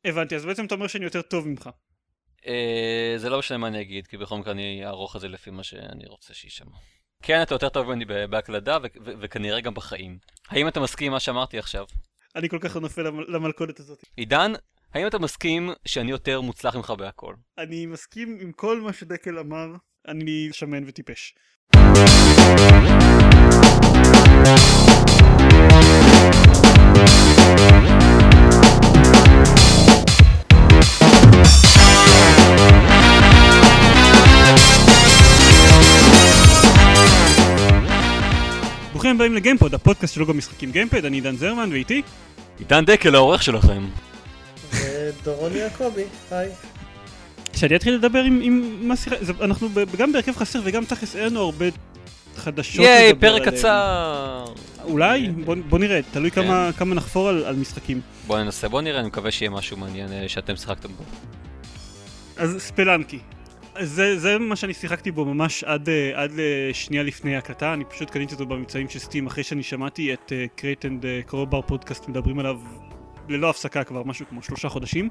הבנתי, אז בעצם אתה אומר שאני יותר טוב ממך. זה לא משנה מה אני אגיד, כי בכל מקרה אני אערוך את זה לפי מה שאני רוצה שישמע. כן, אתה יותר טוב ממני בהקלדה, וכנראה גם בחיים. האם אתה מסכים עם מה שאמרתי עכשיו? אני כל כך נופל למלכודת הזאת. עידן, האם אתה מסכים שאני יותר מוצלח ממך בהכל? אני מסכים עם כל מה שדקל אמר, אני שמן וטיפש. ברוכים הבאים לגיימפוד, הפודקאסט שלו גם משחקים גיימפד, אני עידן זרמן ואיתי עידן דקל, העורך שלכם. דורון יעקבי, היי. שאני אתחיל לדבר עם מה שיחה, אנחנו גם בהרכב חסר וגם תכלס אין לנו הרבה חדשות לדבר עליהם. פרק קצר. אולי, בוא נראה, תלוי כמה נחפור על משחקים. בוא ננסה, בוא נראה, אני מקווה שיהיה משהו מעניין שאתם שיחקתם בו. אז ספלנקי. זה מה שאני שיחקתי בו ממש עד לשנייה לפני הקלטה, אני פשוט קניתי אותו במבצעים של סטים אחרי שאני שמעתי את קרייט אנד קרובר פודקאסט מדברים עליו ללא הפסקה כבר משהו כמו 3 חודשים.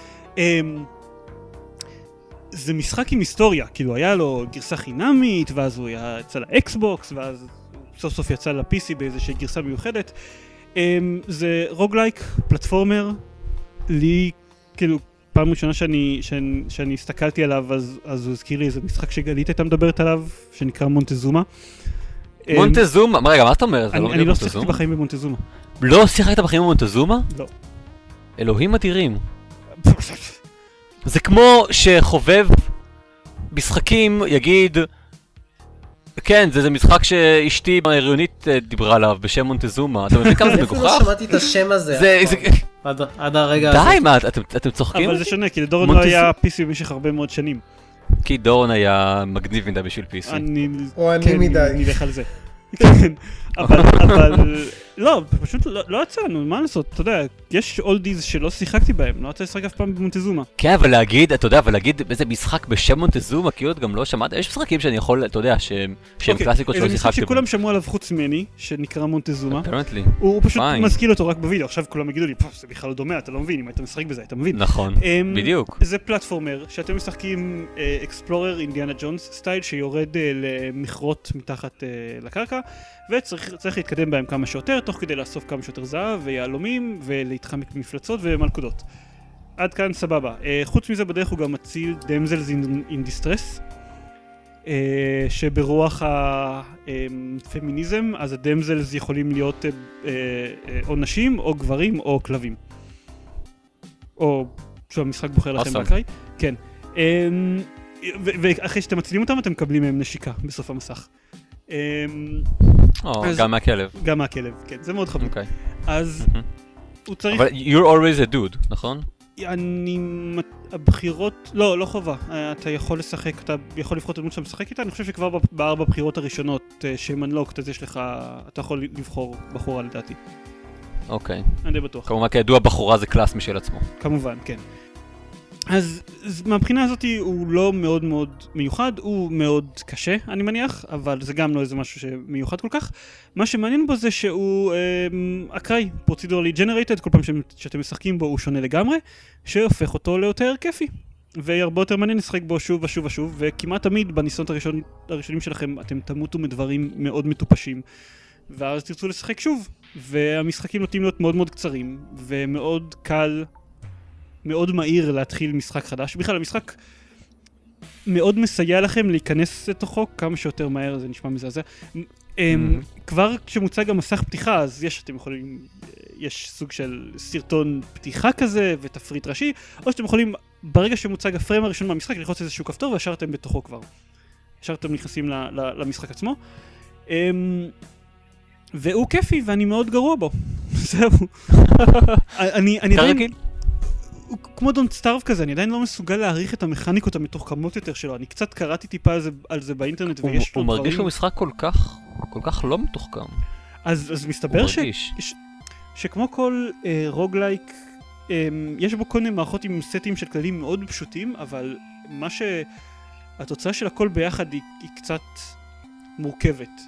זה משחק עם היסטוריה, כאילו היה לו גרסה חינמית ואז הוא יצא לאקסבוקס ואז סוף סוף יצא ל-PC באיזושהי גרסה מיוחדת. זה רוגלייק, פלטפורמר, לי כאילו פעם ראשונה שאני הסתכלתי עליו, אז הוא הזכיר לי איזה משחק שגלית הייתה מדברת עליו, שנקרא מונטזומה. מונטזומה? רגע, מה אתה אומר? אני לא שיחקתי בחיים במונטזומה. לא שיחקת בחיים במונטזומה? לא. אלוהים אדירים. זה כמו שחובב משחקים יגיד, כן, זה משחק שאשתי ההריונית דיברה עליו בשם מונטזומה. אתה מבין כמה זה מגוחך? איפה לא שמעתי את השם הזה? עד הרגע הזה. די, מה, אתם צוחקים? אבל זה שונה, כי לדורון לא היה PC במשך הרבה מאוד שנים. כי דורון היה מגניב מדי בשביל PC. או אני מדי. נלך על זה. כן, אבל לא, פשוט לא יצאנו, מה לעשות, אתה יודע, יש אולדיז שלא שיחקתי בהם, לא יצא לשחק אף פעם במונטזומה. כן, אבל להגיד, אתה יודע, אבל להגיד איזה משחק בשם מונטזומה, כאילו גם לא שמעת, יש משחקים שאני יכול, אתה יודע, שהם קלאסיקות שלא שיחקתי בהם. זה משחק שכולם שמעו עליו חוץ ממני, שנקרא מונטזומה. הוא פשוט מזכיר אותו רק בווידאו, עכשיו כולם יגידו לי, זה בכלל לא דומה, אתה לא מבין, אם היית משחק בזה, אתה מבין. נכון, בדיוק. זה פלטפורמר, שאתם משחקים אקספלורר אינדיאנה ג'ונס סטייל, שיורד למכרות מתחת לקרקע, וצריך להתקדם בהם כמה שיותר, תוך כדי לאסוף כמה שיותר זהב ויעלומים ולהתחמק במפלצות ומלכודות. עד כאן סבבה. חוץ מזה בדרך הוא גם מציל דמזלס אין דיסטרס, שברוח הפמיניזם, אז הדמזלס יכולים להיות או נשים או גברים או כלבים. או שהמשחק בוחר לכם באקראי. כן. ואחרי שאתם מצילים אותם אתם מקבלים מהם נשיקה בסוף המסך. גם מהכלב. גם מהכלב, כן, זה מאוד חביב. אז הוא צריך... אבל you're always a dude, נכון? הבחירות... לא חובה. אתה יכול לשחק, אתה יכול לבחור את הדמות שאתה משחק איתה, אני חושב שכבר ב4 בחירות הראשונות שהן unlocked, אז יש לך... אתה יכול לבחור בחורה לדעתי. אוקיי. אני די בטוח. כמובן כידוע בחורה זה קלאס משל עצמו. כמובן, כן. אז מהבחינה הזאת הוא לא מאוד מאוד מיוחד, הוא מאוד קשה אני מניח, אבל זה גם לא איזה משהו שמיוחד כל כך. מה שמעניין בו זה שהוא אקראי, procedurally generated, כל פעם שאתם משחקים בו הוא שונה לגמרי, שהופך אותו ליותר כיפי. והרבה יותר מעניין לשחק בו שוב ושוב ושוב, וכמעט תמיד בניסיונות הראשונים שלכם אתם תמותו מדברים מאוד מטופשים, ואז תרצו לשחק שוב, והמשחקים נוטים להיות מאוד מאוד קצרים, ומאוד קל... מאוד מהיר להתחיל משחק חדש. בכלל, המשחק מאוד מסייע לכם להיכנס לתוכו כמה שיותר מהר, זה נשמע מזעזע. כבר כשמוצג המסך פתיחה, אז אתם יכולים, יש סוג של סרטון פתיחה כזה ותפריט ראשי, או שאתם יכולים, ברגע שמוצג הפריים הראשון מהמשחק, ללחוץ איזשהו כפתור וישר אתם בתוכו כבר. ישר אתם נכנסים למשחק עצמו. והוא כיפי ואני מאוד גרוע בו. זהו. אני כרגיל. הוא כמו דונט סטארב כזה, אני עדיין לא מסוגל להעריך את המכניקות המתוחכמות יותר שלו, אני קצת קראתי טיפה על זה באינטרנט ויש לו דברים... הוא מרגיש שהוא משחק כל כך לא מתוחכם. אז מסתבר שכמו כל רוגלייק, יש בו כל מיני מערכות עם סטים של כללים מאוד פשוטים, אבל מה שהתוצאה של הכל ביחד היא קצת מורכבת.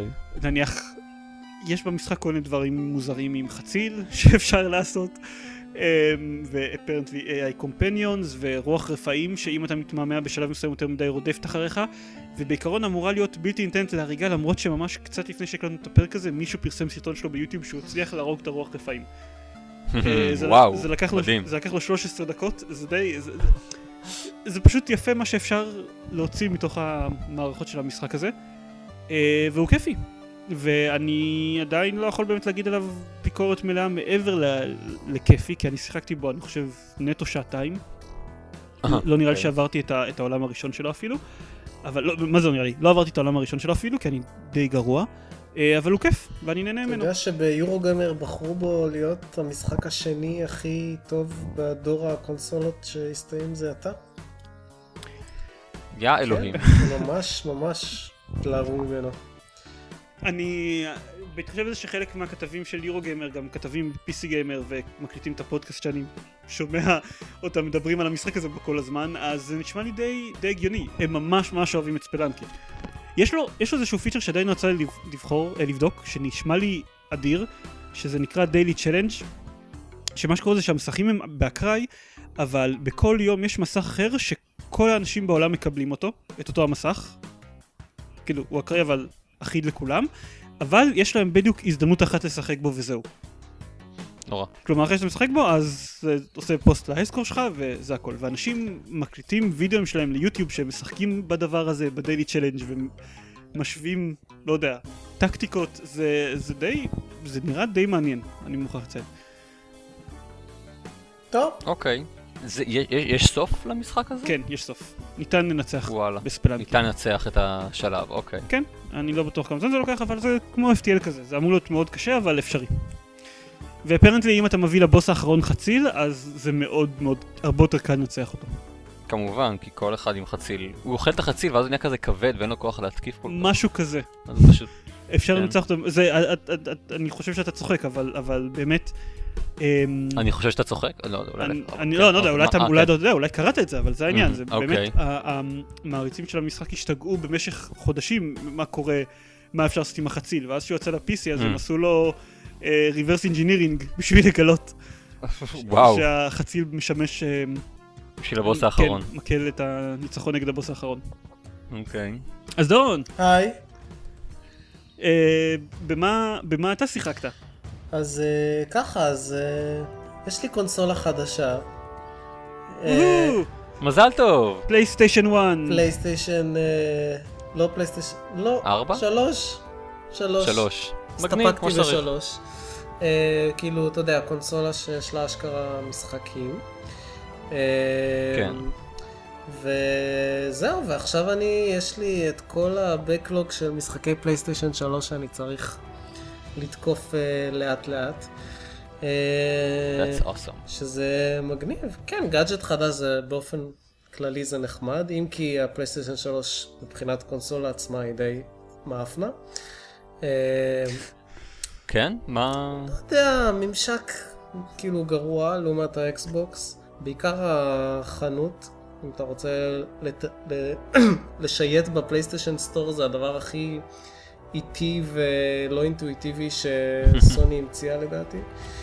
נניח, יש במשחק כל מיני דברים מוזרים עם חציל שאפשר לעשות, ו-apparently AI companions ורוח רפאים שאם אתה מתמהמה בשלב מסוים יותר מדי רודפת אחריך, ובעיקרון אמורה להיות בלתי ניתנת להריגה, למרות שממש קצת לפני שהקלטנו את הפרק הזה מישהו פרסם סרטון שלו ביוטיוב שהוא הצליח להרוג את הרוח רפאים. וואו, מדהים. זה לקח לו 13 דקות, זה פשוט יפה מה שאפשר להוציא מתוך המערכות של המשחק הזה, והוא כיפי. ואני עדיין לא יכול באמת להגיד עליו ביקורת מלאה מעבר לכיפי, כי אני שיחקתי בו, אני חושב, נטו שעתיים. לא נראה לי שעברתי את העולם הראשון שלו אפילו. אבל לא, מה זה נראה לי? לא עברתי את העולם הראשון שלו אפילו, כי אני די גרוע. אבל הוא כיף, ואני נהנה ממנו. אתה יודע שביורוגיימר בחרו בו להיות המשחק השני הכי טוב בדור הקונסולות שהסתיים זה אתה? יא אלוהים. ממש ממש התלהבו ממנו. אני בהתחשב בזה שחלק מהכתבים של יורוגיימר גם כתבים PC גיימר ומקליטים את הפודקאסט שאני שומע אותם מדברים על המשחק הזה בכל הזמן, אז זה נשמע לי די הגיוני. הם ממש ממש אוהבים את ספלנקי. יש לו איזשהו פיצ'ר שעדיין רצה לבדוק, שנשמע לי אדיר, שזה נקרא Daily Challenge, שמה שקורה זה שהמסכים הם באקראי, אבל בכל יום יש מסך אחר שכל האנשים בעולם מקבלים אותו, את אותו המסך. כאילו, הוא אקראי אבל אחיד לכולם, אבל יש להם בדיוק הזדמנות אחת לשחק בו וזהו. נורא. כלומר, אחרי שאתה משחק בו, אז זה עושה פוסט להייסקור שלך וזה הכל. ואנשים מקליטים וידאוים שלהם ליוטיוב שהם משחקים בדבר הזה, בדיילי צ'לנג' ומשווים, לא יודע, טקטיקות. זה נראה די מעניין, אני מוכרח לציין. טוב. אוקיי. יש סוף למשחק הזה? כן, יש סוף. ניתן לנצח בספלנקי. ניתן לנצח את השלב, אוקיי. כן, אני לא בטוח כמה זמן זה לוקח, אבל זה כמו FTL כזה. זה אמור להיות מאוד קשה, אבל אפשרי. ואפרנטלי, אם אתה מביא לבוס האחרון חציל, אז זה מאוד מאוד, הרבה יותר קל לנצח אותו. כמובן, כי כל אחד עם חציל, הוא אוכל את החציל ואז הוא נהיה כזה כבד ואין לו כוח להתקיף כל כך. משהו כזה. אז זה פשוט... אפשר לנצח אותו, אני חושב שאתה צוחק, אבל באמת... אני חושב שאתה צוחק? אני לא יודע, אולי קראת את זה, אבל זה העניין, זה באמת, המעריצים של המשחק השתגעו במשך חודשים מה קורה, מה אפשר לעשות עם החציל, ואז שהוא יוצא ל-PC אז הם עשו לו reverse engineering בשביל לגלות שהחציל משמש בשביל הבוס האחרון. כן, מקל את הניצחון נגד הבוס האחרון. אוקיי. אז דורון. היי. במה אתה שיחקת? אז ככה, יש לי קונסולה חדשה. מזל טוב. פלייסטיישן 1. לא פלייסטיישן, לא. 4? 3. הסתפקתי ב3. כאילו, אתה יודע, קונסולה שיש לה אשכרה משחקים. כן. וזהו, ועכשיו יש לי את כל הבקלוג של משחקי פלייסטיישן 3 שאני צריך לתקוף לאט לאט. That's awesome. שזה מגניב. כן, גאדג'ט חדש זה באופן כללי זה נחמד, אם כי הפלייסטיישן 3 מבחינת קונסולה עצמה היא די מאפנה. כן? מה? לא יודע, ממשק כאילו גרוע לעומת האקסבוקס. בעיקר החנות, אם אתה רוצה לשייט בפלייסטיישן סטור, זה הדבר הכי איטי ולא אינטואיטיבי שסוני המציאה לדעתי.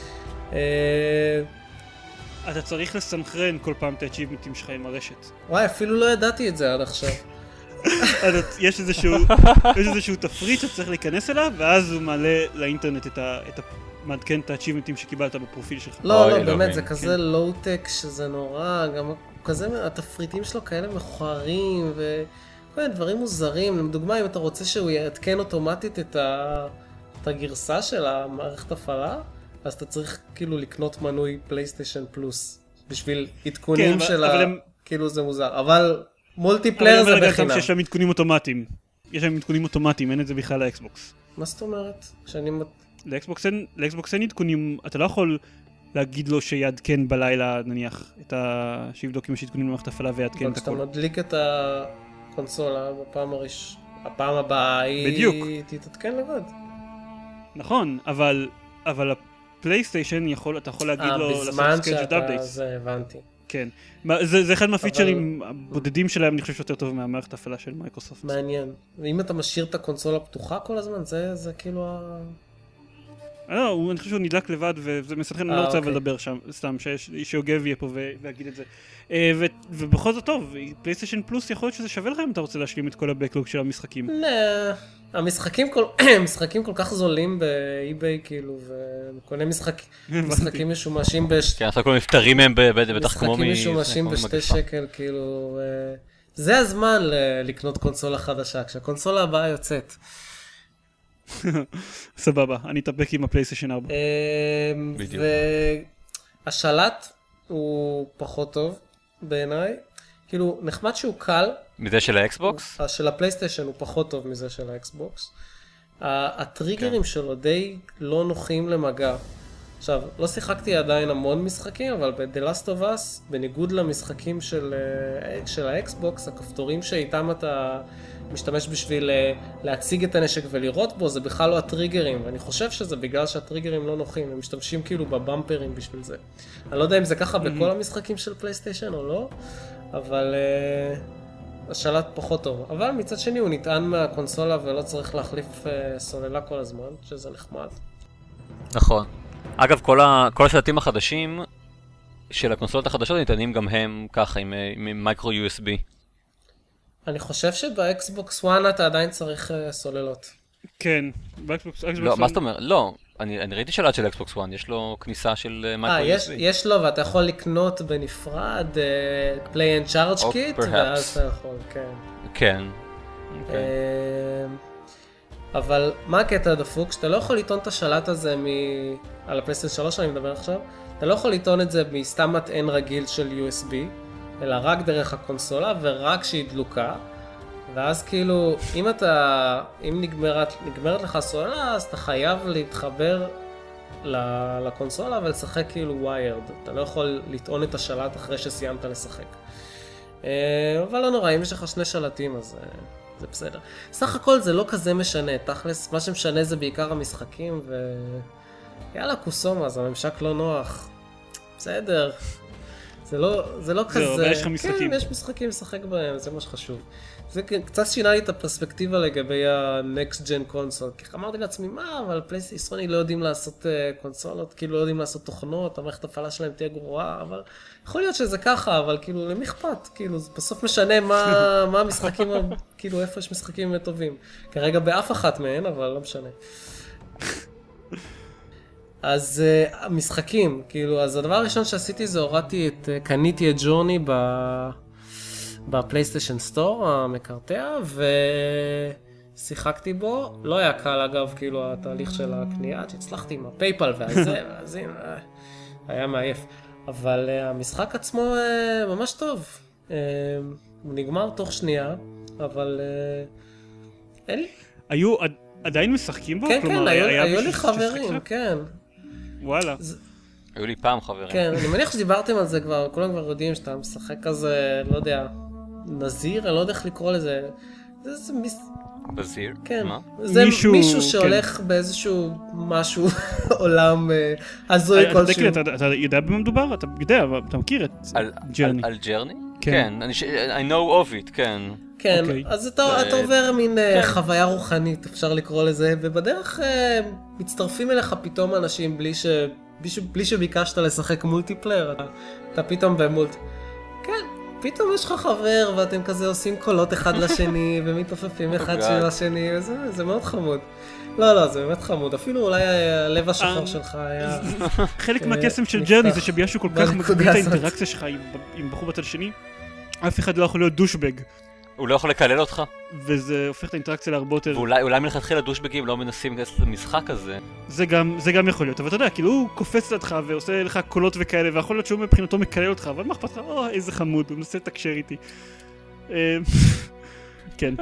אתה צריך לסנכרן כל פעם את האצ'יבמנטים שלך עם הרשת. וואי, אפילו לא ידעתי את זה עד עכשיו. יש איזשהו תפריט שצריך להיכנס אליו, ואז הוא מעלה לאינטרנט מעדכן את האצ'יבמנטים שקיבלת בפרופיל שלך. לא, באמת, זה כזה לואו-טק שזה נורא, גם כזה, התפריטים שלו כאלה מכוערים וכל מיני דברים מוזרים. לדוגמה, אם אתה רוצה שהוא יעדכן אוטומטית את הגרסה של המערכת הפעלה, אז אתה צריך כאילו לקנות מנוי פלייסטיישן פלוס בשביל עדכונים של כאילו זה מוזר, אבל מולטיפלייר זה בחינם. יש להם עדכונים אוטומטיים. יש להם עדכונים אוטומטיים, אין את זה בכלל לאקסבוקס. מה זאת אומרת? לאקסבוקס אין עדכונים, אתה לא יכול להגיד לו שיעדכן בלילה נניח, שיבדוק אם יש עדכונים למערכת הפעלה ויעדכן את הכל. כשאתה מדליק את הקונסולה הפעם הבאה היא תתעדכן לבד. נכון, אבל הפלייסטיישן אתה יכול להגיד לו בזמן שאתה זה הבנתי. כן, זה אחד מהפיצ'רים הבודדים שלהם, אני חושב שיותר טוב מהמערכת ההפעלה של מייקרוסופט. מעניין, ואם אתה משאיר את הקונסולה פתוחה כל הזמן, זה כאילו לא, אני חושב שהוא נדלק לבד, וזה מסתכן, אני לא רוצה לדבר שם, סתם, שיוגב יהיה פה ויגיד את זה. ובכל זאת טוב, פלייסטיישן פלוס יכול להיות שזה שווה לך אם אתה רוצה להשלים את כל הבקלוג של המשחקים. המשחקים כל כך זולים באי-ביי, כאילו, וקונה משחקים משומשים כן, עכשיו כל מפטרים הם בטח כמו משחקים משומשים ב2 שקל, כאילו, זה הזמן לקנות קונסולה חדשה, כשהקונסולה הבאה יוצאת. סבבה, אני אתאפק עם הפלייסטיישן 4. בדיוק. והשלט הוא פחות טוב בעיניי, כאילו נחמד שהוא קל. מזה של האקסבוקס? של הפלייסטיישן הוא פחות טוב מזה של האקסבוקס. הטריגרים שלו די לא נוחים למגע. עכשיו, לא שיחקתי עדיין המון משחקים, אבל ב-The Last of Us, בניגוד למשחקים של האקסבוקס, הכפתורים שאיתם אתה משתמש בשביל להציג את הנשק ולראות בו, זה בכלל לא הטריגרים, ואני חושב שזה בגלל שהטריגרים לא נוחים, הם משתמשים כאילו בבמפרים בשביל זה. אני לא יודע אם זה ככה בכל המשחקים של פלייסטיישן או לא, אבל השלט פחות טוב. אבל מצד שני הוא נטען מהקונסולה ולא צריך להחליף סוללה כל הזמן, שזה נחמד. נכון. אגב, כל השלטים החדשים של הקונסולות החדשות ניתנים גם הם ככה, עם מייקרו USB. אני חושב שבאקסבוקס 1 אתה עדיין צריך סוללות. כן, באקסבוקס... לא, מה זאת אומרת? לא, אני ראיתי שלט של אקסבוקס 1, יש לו כניסה של מייקרו USB. יש לו, ואתה יכול לקנות בנפרד Play and Charge Kit, ואז אתה יכול, כן. כן. אבל מה הקטע הדפוק? שאתה לא יכול לטעון את השלט הזה על הפלייסטיישן 3 אני מדבר עכשיו, אתה לא יכול לטעון את זה מסתם מטען רגיל של USB, אלא רק דרך הקונסולה ורק שהיא דלוקה, ואז כאילו, אם נגמרת לך סוללה, אז אתה חייב להתחבר לקונסולה ולשחק כאילו וויירד, אתה לא יכול לטעון את השלט אחרי שסיימת לשחק. אבל לא נורא, אם יש לך 2 שלטים אז זה בסדר. סך הכל זה לא כזה משנה, תכלס, מה שמשנה זה בעיקר המשחקים, יאללה קוסומה, אז הממשק לא נוח. בסדר. זה לא כזה... זהו, יש לך משחקים. כן, יש משחקים לשחק בהם, זה מה שחשוב. זה קצת שינה לי את הפרספקטיבה לגבי ה-Next Gen console, כי אמרתי לעצמי, מה, אבל פלייסטיישן סוני לא יודעים לעשות קונסולות, כאילו לא יודעים לעשות תוכנות, המערכת הפעלה שלהם תהיה גרועה, אבל יכול להיות שזה ככה, אבל כאילו למי אכפת, כאילו זה בסוף משנה מה המשחקים, כאילו איפה יש משחקים טובים. כרגע באף אחת מהן, אבל לא משנה. אז המשחקים, כאילו, אז הדבר הראשון שעשיתי זה קניתי את ג'ורני בפלייסטיישן סטור המקרטע, ושיחקתי בו. לא היה קל אגב, כאילו, התהליך של הקנייה, שהצלחתי עם הפייפל והזה, ואז היה מעייף. אבל המשחק עצמו ממש טוב. הוא נגמר תוך שנייה, אבל אין לי. היו עדיין משחקים בו? כן, היו לי חברים, כן. וואלה. היו לי פעם חברים. כן, אני מניח שדיברתם על זה כבר, כולם כבר יודעים שאתה משחק כזה, לא יודע, נזיר, אני לא יודע איך לקרוא לזה. זה בזיר? כן. מה? זה מישהו שהולך באיזשהו משהו, עולם הזוי כלשהו. אתה יודע במה מדובר? אתה יודע, אתה מכיר את ג'רני. על ג'רני? כן. I know of it, כן. כן, אז אתה עובר מין חוויה רוחנית, אפשר לקרוא לזה, ובדרך מצטרפים אליך פתאום אנשים בלי שביקשת לשחק מולטיפלייר, אתה פתאום במולטי. כן, פתאום יש לך חבר ואתם כזה עושים קולות אחד לשני ומתעופפים אחד של השני, זה מאוד חמוד. לא, זה באמת חמוד, אפילו אולי הלב השחר שלך היה... חלק מהקסם של ג'רני זה שבגלל שהוא כל כך מגביל את האינטראקציה שלך עם בחור בצד השני, אף אחד לא יכול להיות דושבג. הוא לא יכול לקלל אותך. וזה הופך את האינטראקציה להרבה יותר... ואולי מלכתחילה דושבגים לא מנסים להיכנס למשחק הזה. זה גם יכול להיות, אבל אתה יודע, כאילו הוא קופץ לידך ועושה לך קולות וכאלה, ויכול להיות שהוא מבחינתו מקלל אותך, אבל מה אכפת לך? איזה חמוד, הוא מנסה לתקשר איתי. כן.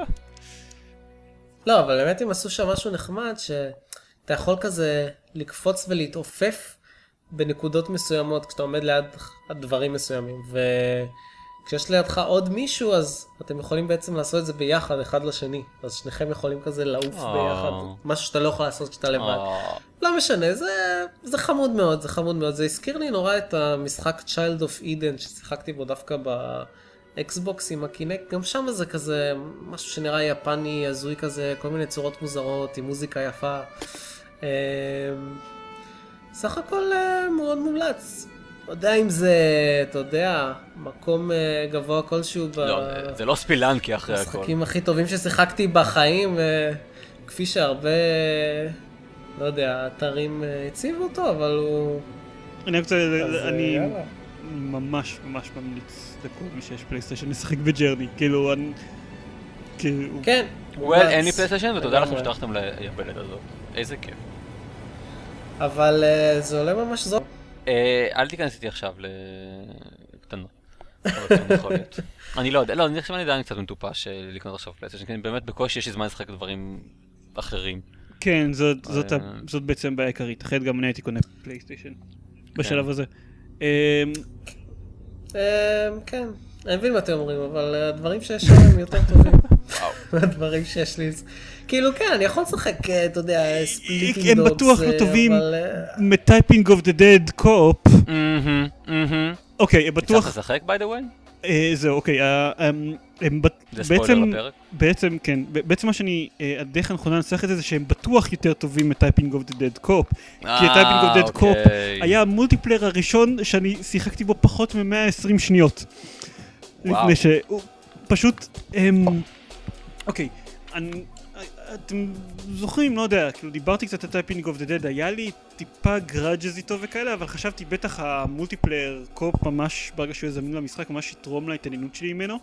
לא, אבל באמת הם עשו שם משהו נחמד, שאתה יכול כזה לקפוץ ולהתעופף בנקודות מסוימות, כשאתה עומד ליד דברים מסוימים, כשיש לידך עוד מישהו, אז אתם יכולים בעצם לעשות את זה ביחד, אחד לשני. אז שניכם יכולים כזה לעוף ביחד, משהו שאתה לא יכול לעשות כשאתה לבד. לא משנה, זה חמוד מאוד, זה חמוד מאוד. זה הזכיר לי נורא את המשחק Child of Eden, ששיחקתי בו דווקא באקסבוקס עם הקינקט. גם שם זה כזה משהו שנראה יפני, הזוי כזה, כל מיני צורות מוזרות, עם מוזיקה יפה. סך הכל מאוד מומלץ. לא יודע אם זה, אתה יודע, מקום גבוה כלשהו לא, זה לא ספילנקי אחרי הכל. המשחקים הכי טובים ששיחקתי בחיים, כפי שהרבה, לא יודע, אתרים הציבו אותו, אבל הוא... אני ממש ממש ממליץ לכל מי שיש פלייסטיישן לשחק בג'רני, כאילו, כן. אין לי פלייסטיישן ותודה לכם שטרחתם ליבלת הזאת. איזה כיף. אבל זה עולה ממש זו. אל תיכנס איתי עכשיו לקטנות. יכול להיות. אני לא יודע, אני חושב אני עדיין קצת מטופש לקנות עכשיו פלייסטיישן, כי באמת בקושי יש לי זמן לשחק דברים אחרים. כן, זאת בעצם בעיה עיקרית, אחרת גם אני הייתי קונה פלייסטיישן בשלב הזה. כן, אני מבין מה אתם אומרים, אבל הדברים שיש שם הם יותר טובים. הדברים שיש לי... כאילו כן, אני יכול לשחק, אתה יודע, ספליטינג דוגס, הם בטוח לא טובים מטייפינג אוף דה דד קופ. אוקיי, הם בטוח... צריך לשחק, by the way? זהו, אוקיי. זה ספוילר לפרק? בעצם, כן. בעצם מה שאני... הדרך הנכונה לנסח את זה שהם בטוח יותר טובים מטייפינג אוף דה דד קופ. כי טייפינג אוף דה דד קופ היה המולטיפלייר הראשון שאני שיחקתי בו פחות מ-120 שניות. לפני שהוא פשוט... אוקיי, אתם זוכרים, לא יודע, כאילו דיברתי קצת על טייפינג אוף דה דד, היה לי טיפה גראג'ז איתו וכאלה, אבל חשבתי בטח המולטיפלייר קופ ממש, ברגע שהוא יזמין למשחק, ממש יתרום להתעניינות שלי ממנו.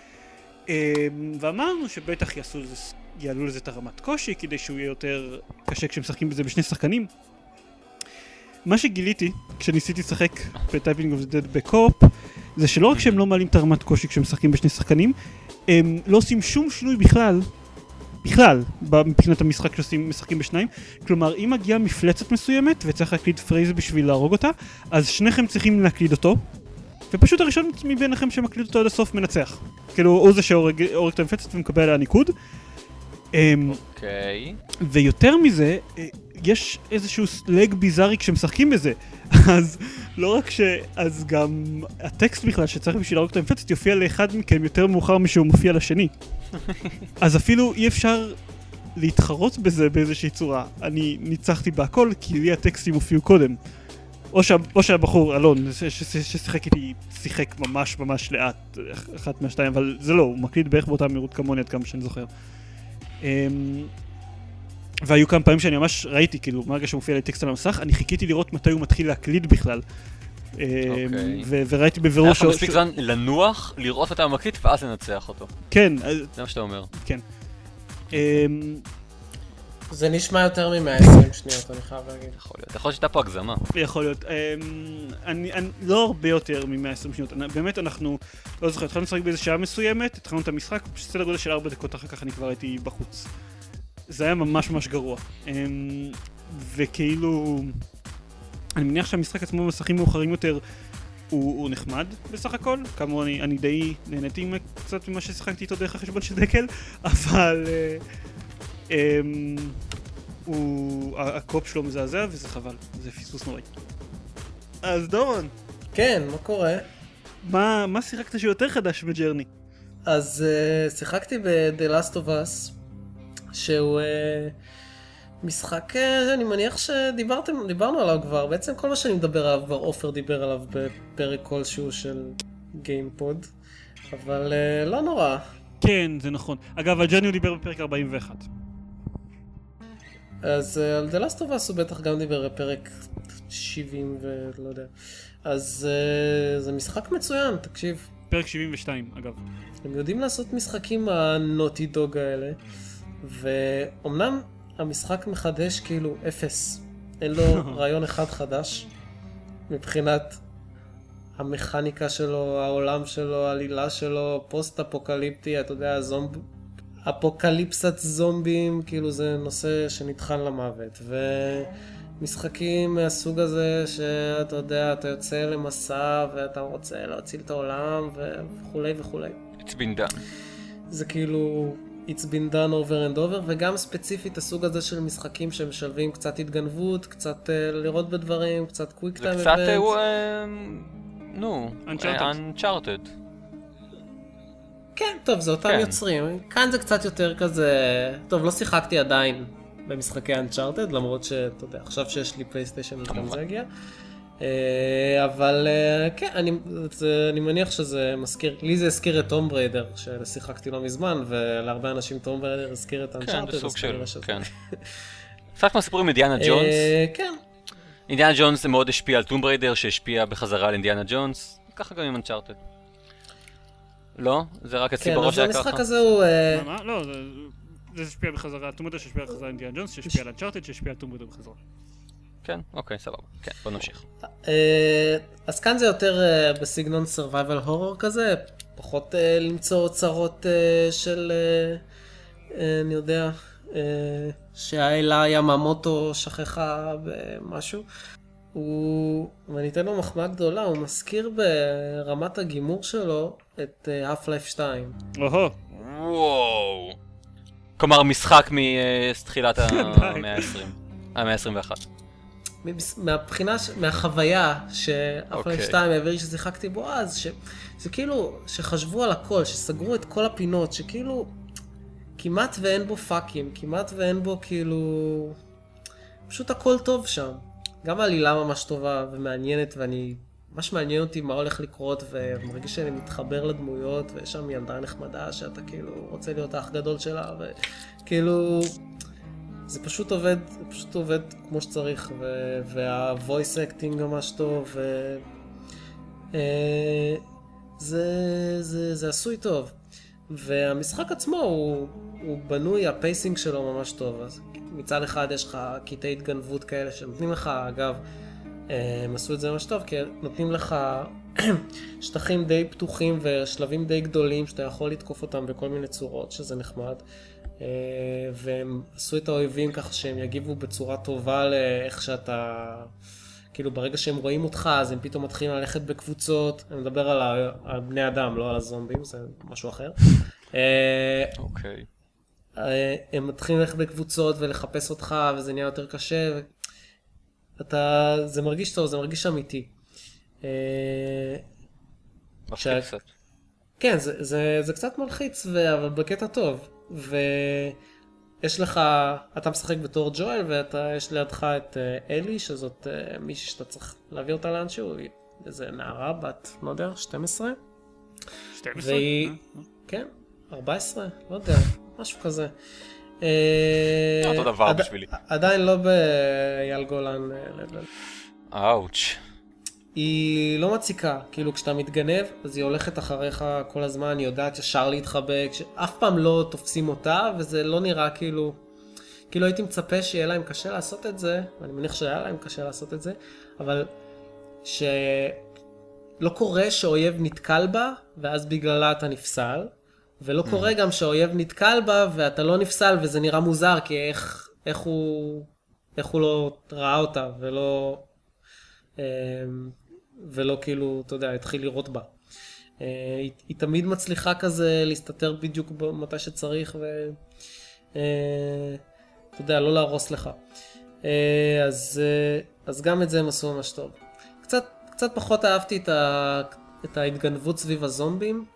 ואמרנו שבטח יעלו לזה את הרמת קושי, כדי שהוא יהיה יותר קשה כשמשחקים בזה בשני שחקנים. מה שגיליתי, כשניסיתי לשחק בטייפינג אוף דה דד בקופ, זה שלא רק שהם לא מעלים את הרמת קושי כשמשחקים בשני שחקנים, הם לא עושים שום שינוי בכלל, מבחינת המשחק שעושים משחקים בשניים. כלומר, אם מגיעה מפלצת מסוימת וצריך להקליד פרייז בשביל להרוג אותה, אז שניכם צריכים להקליד אותו, ופשוט הראשון מביניכם שמקליד אותו עד הסוף מנצח. כאילו, הוא זה שהורג את המפלצת ומקבל עליה ניקוד. אוקיי. ויותר מזה, יש איזשהו לג ביזארי כשמשחקים בזה. אז לא רק אז גם הטקסט בכלל שצריך בשביל להרוג את המפלצת יופיע לאחד מכם יותר מאוחר משהוא מופיע לשני. אז אפילו אי אפשר להתחרות בזה באיזושהי צורה. אני ניצחתי בהכל כי לי הטקסטים הופיעו קודם. או שהבחור, אלון, ששיחק איתי, שיחק ממש ממש לאט, אחת מהשתיים, אבל זה לא, הוא מקליד בערך באותה מהירות כמוני עד כמה שאני זוכר. והיו כמה פעמים שאני ממש ראיתי, כאילו, מהרגע שמופיע לי טקסט על המסך, אני חיכיתי לראות מתי הוא מתחיל להקליד בכלל. וראיתי בבירור היה לך מספיק זמן לנוח, לראות אותה מקליט, ואז לנצח אותו. כן. זה מה שאתה אומר. כן. זה נשמע יותר מ-120 שניות, אני חייב להגיד. יכול להיות. יכול להיות שהייתה פה הגזמה. יכול להיות. לא הרבה יותר מ-120 שניות. באמת אנחנו, לא זוכר, התחלנו לשחק באיזו שעה מסוימת, התחלנו את המשחק, בסדר גודל של 4 דקות אחר כך אני כבר הייתי בחוץ. זה היה ממש ממש גרוע. וכאילו, אני מניח שהמשחק עצמו במסכים מאוחרים יותר הוא נחמד בסך הכל. כאמור, אני די נהניתי קצת ממה ששיחקתי איתו דרך החשבון של דקל, אבל הקופ שלו מזעזע וזה חבל, זה פיסוס נוראי. אז דורון. כן, מה קורה? מה שיחקת שהוא יותר חדש בג'רני? אז שיחקתי ב-The Last of Us, שהוא משחק שאני מניח שדיברנו עליו כבר. בעצם כל מה שאני מדבר עליו כבר אופר דיבר עליו בפרק כלשהו של גיימפוד, אבל לא נורא. כן, זה נכון. אגב, על ג'רני הוא דיבר בפרק 41. אז על The Last of Us הוא בטח גם דיבר בפרק 70 ולא יודע. אז זה משחק מצוין, תקשיב. פרק 72, אגב. הם יודעים לעשות משחקים הנוטי דוג האלה, ואומנם המשחק מחדש כאילו אפס. אין לו רעיון אחד חדש מבחינת המכניקה שלו, העולם שלו, העלילה שלו, פוסט-אפוקליפטי, אתה יודע, אפוקליפסת זומבים, כאילו זה נושא שנטחן למוות. ומשחקים מהסוג הזה שאתה יודע, אתה יוצא למסע ואתה רוצה להציל את העולם וכולי וכולי. It's been done. זה כאילו It's been done over and over, וגם ספציפית הסוג הזה של משחקים שמשלבים קצת התגנבות, קצת לראות בדברים, קצת quick time events. זה קצת, Uncharted. כן, טוב, זה אותם יוצרים. כאן זה קצת יותר כזה... טוב, לא שיחקתי עדיין במשחקי Uncharted, למרות שאתה יודע, עכשיו שיש לי פלייסטיישן אז גם זה הגיע. אבל כן, אני מניח שזה מזכיר, לי זה הזכיר את טום בריידר, ששיחקתי לא מזמן, ולהרבה אנשים טום בריידר הזכיר את Uncharted. כן, זה סוג של, כן. קצת מהסיפור עם אינדיאנה ג'ונס. כן. אינדיאנה ג'ונס זה מאוד השפיע על טום בריידר, שהשפיע בחזרה על אינדיאנה ג'ונס, ככה גם עם Uncharted. לא? זה רק אצלי בראש היה ככה? כן, אז המשחק הזה הוא... מה? לא, זה השפיע בחזרה, טום בריידר שהשפיע בחזרה על אינדיאנה ג'ונס, שהשפיע על Uncharted, שהשפיע על טום בריידר בחזרה. כן, אוקיי, סבבה. כן, בוא נמשיך. אז כאן זה יותר בסגנון survival horror כזה, פחות למצוא אוצרות של, אני יודע, שהאלה יממוטו שכחה במשהו. ואני אתן לו מחמאה גדולה, הוא מזכיר ברמת הגימור שלו את Half-Life 2. אוהו. וואו. כלומר, משחק מתחילת המאה ה-20. המאה ה-21. מהבחינה, מהחוויה שאפלייף 2 העביר לי ששיחקתי בו אז, שזה כאילו, שחשבו על הכל, שסגרו את כל הפינות, שכאילו, כמעט ואין בו פאקים, כמעט ואין בו כאילו, פשוט הכל טוב שם. גם העלילה ממש טובה ומעניינת, ואני, ממש מעניין אותי מה הולך לקרות, ומרגיש שאני מתחבר לדמויות, ויש שם ילדה נחמדה שאתה כאילו רוצה להיות האח גדול שלה, וכאילו... זה פשוט עובד כמו שצריך, וה-voice acting ממש טוב, זה עשוי טוב. והמשחק עצמו הוא בנוי, הפייסינג שלו ממש טוב. אז מצד אחד יש לך קטעי התגנבות כאלה שנותנים לך, אגב, הם עשו את זה ממש טוב, כי נותנים לך שטחים די פתוחים ושלבים די גדולים שאתה יכול לתקוף אותם בכל מיני צורות, שזה נחמד. והם עשו את האויבים ככה שהם יגיבו בצורה טובה לאיך שאתה, כאילו ברגע שהם רואים אותך אז הם פתאום מתחילים ללכת בקבוצות. אני מדבר על בני אדם, לא על הזומבים, זה משהו אחר. אוקיי. הם מתחילים ללכת בקבוצות ולחפש אותך וזה נהיה יותר קשה. זה מרגיש טוב, זה מרגיש אמיתי. מלחיץ קצת. כן, זה קצת מלחיץ, אבל בקטע טוב. ויש לך, אתה משחק בתור ג'ואל, ויש לידך את אלי, שזאת מישהי שאתה צריך להביא אותה לאנשהו, איזה נערה בת, לא יודע, 12? 12? והיא, כן, 14, לא יודע, משהו כזה. אותו דבר בשבילי. עדיין לא באייל גולן. אאוץ'. היא לא מציקה, כאילו כשאתה מתגנב, אז היא הולכת אחריך כל הזמן, היא יודעת ישר להתחבק, אף פעם לא תופסים אותה, וזה לא נראה כאילו הייתי מצפה שיהיה להם קשה לעשות את זה, ואני מניח שהיה להם קשה לעשות את זה, אבל שלא קורה שאויב נתקל בה, ואז בגללה אתה נפסל, ולא קורה גם שאויב נתקל בה, ואתה לא נפסל, וזה נראה מוזר, כי איך הוא לא ראה אותה, ולא כאילו, אתה יודע, התחיל לראות בה. היא תמיד מצליחה כזה להסתתר בדיוק מתי שצריך, אתה יודע, לא להרוס לך. אז גם את זה הם עשו ממש טוב. קצת פחות אהבתי את ההתגנבות סביב הזומבים.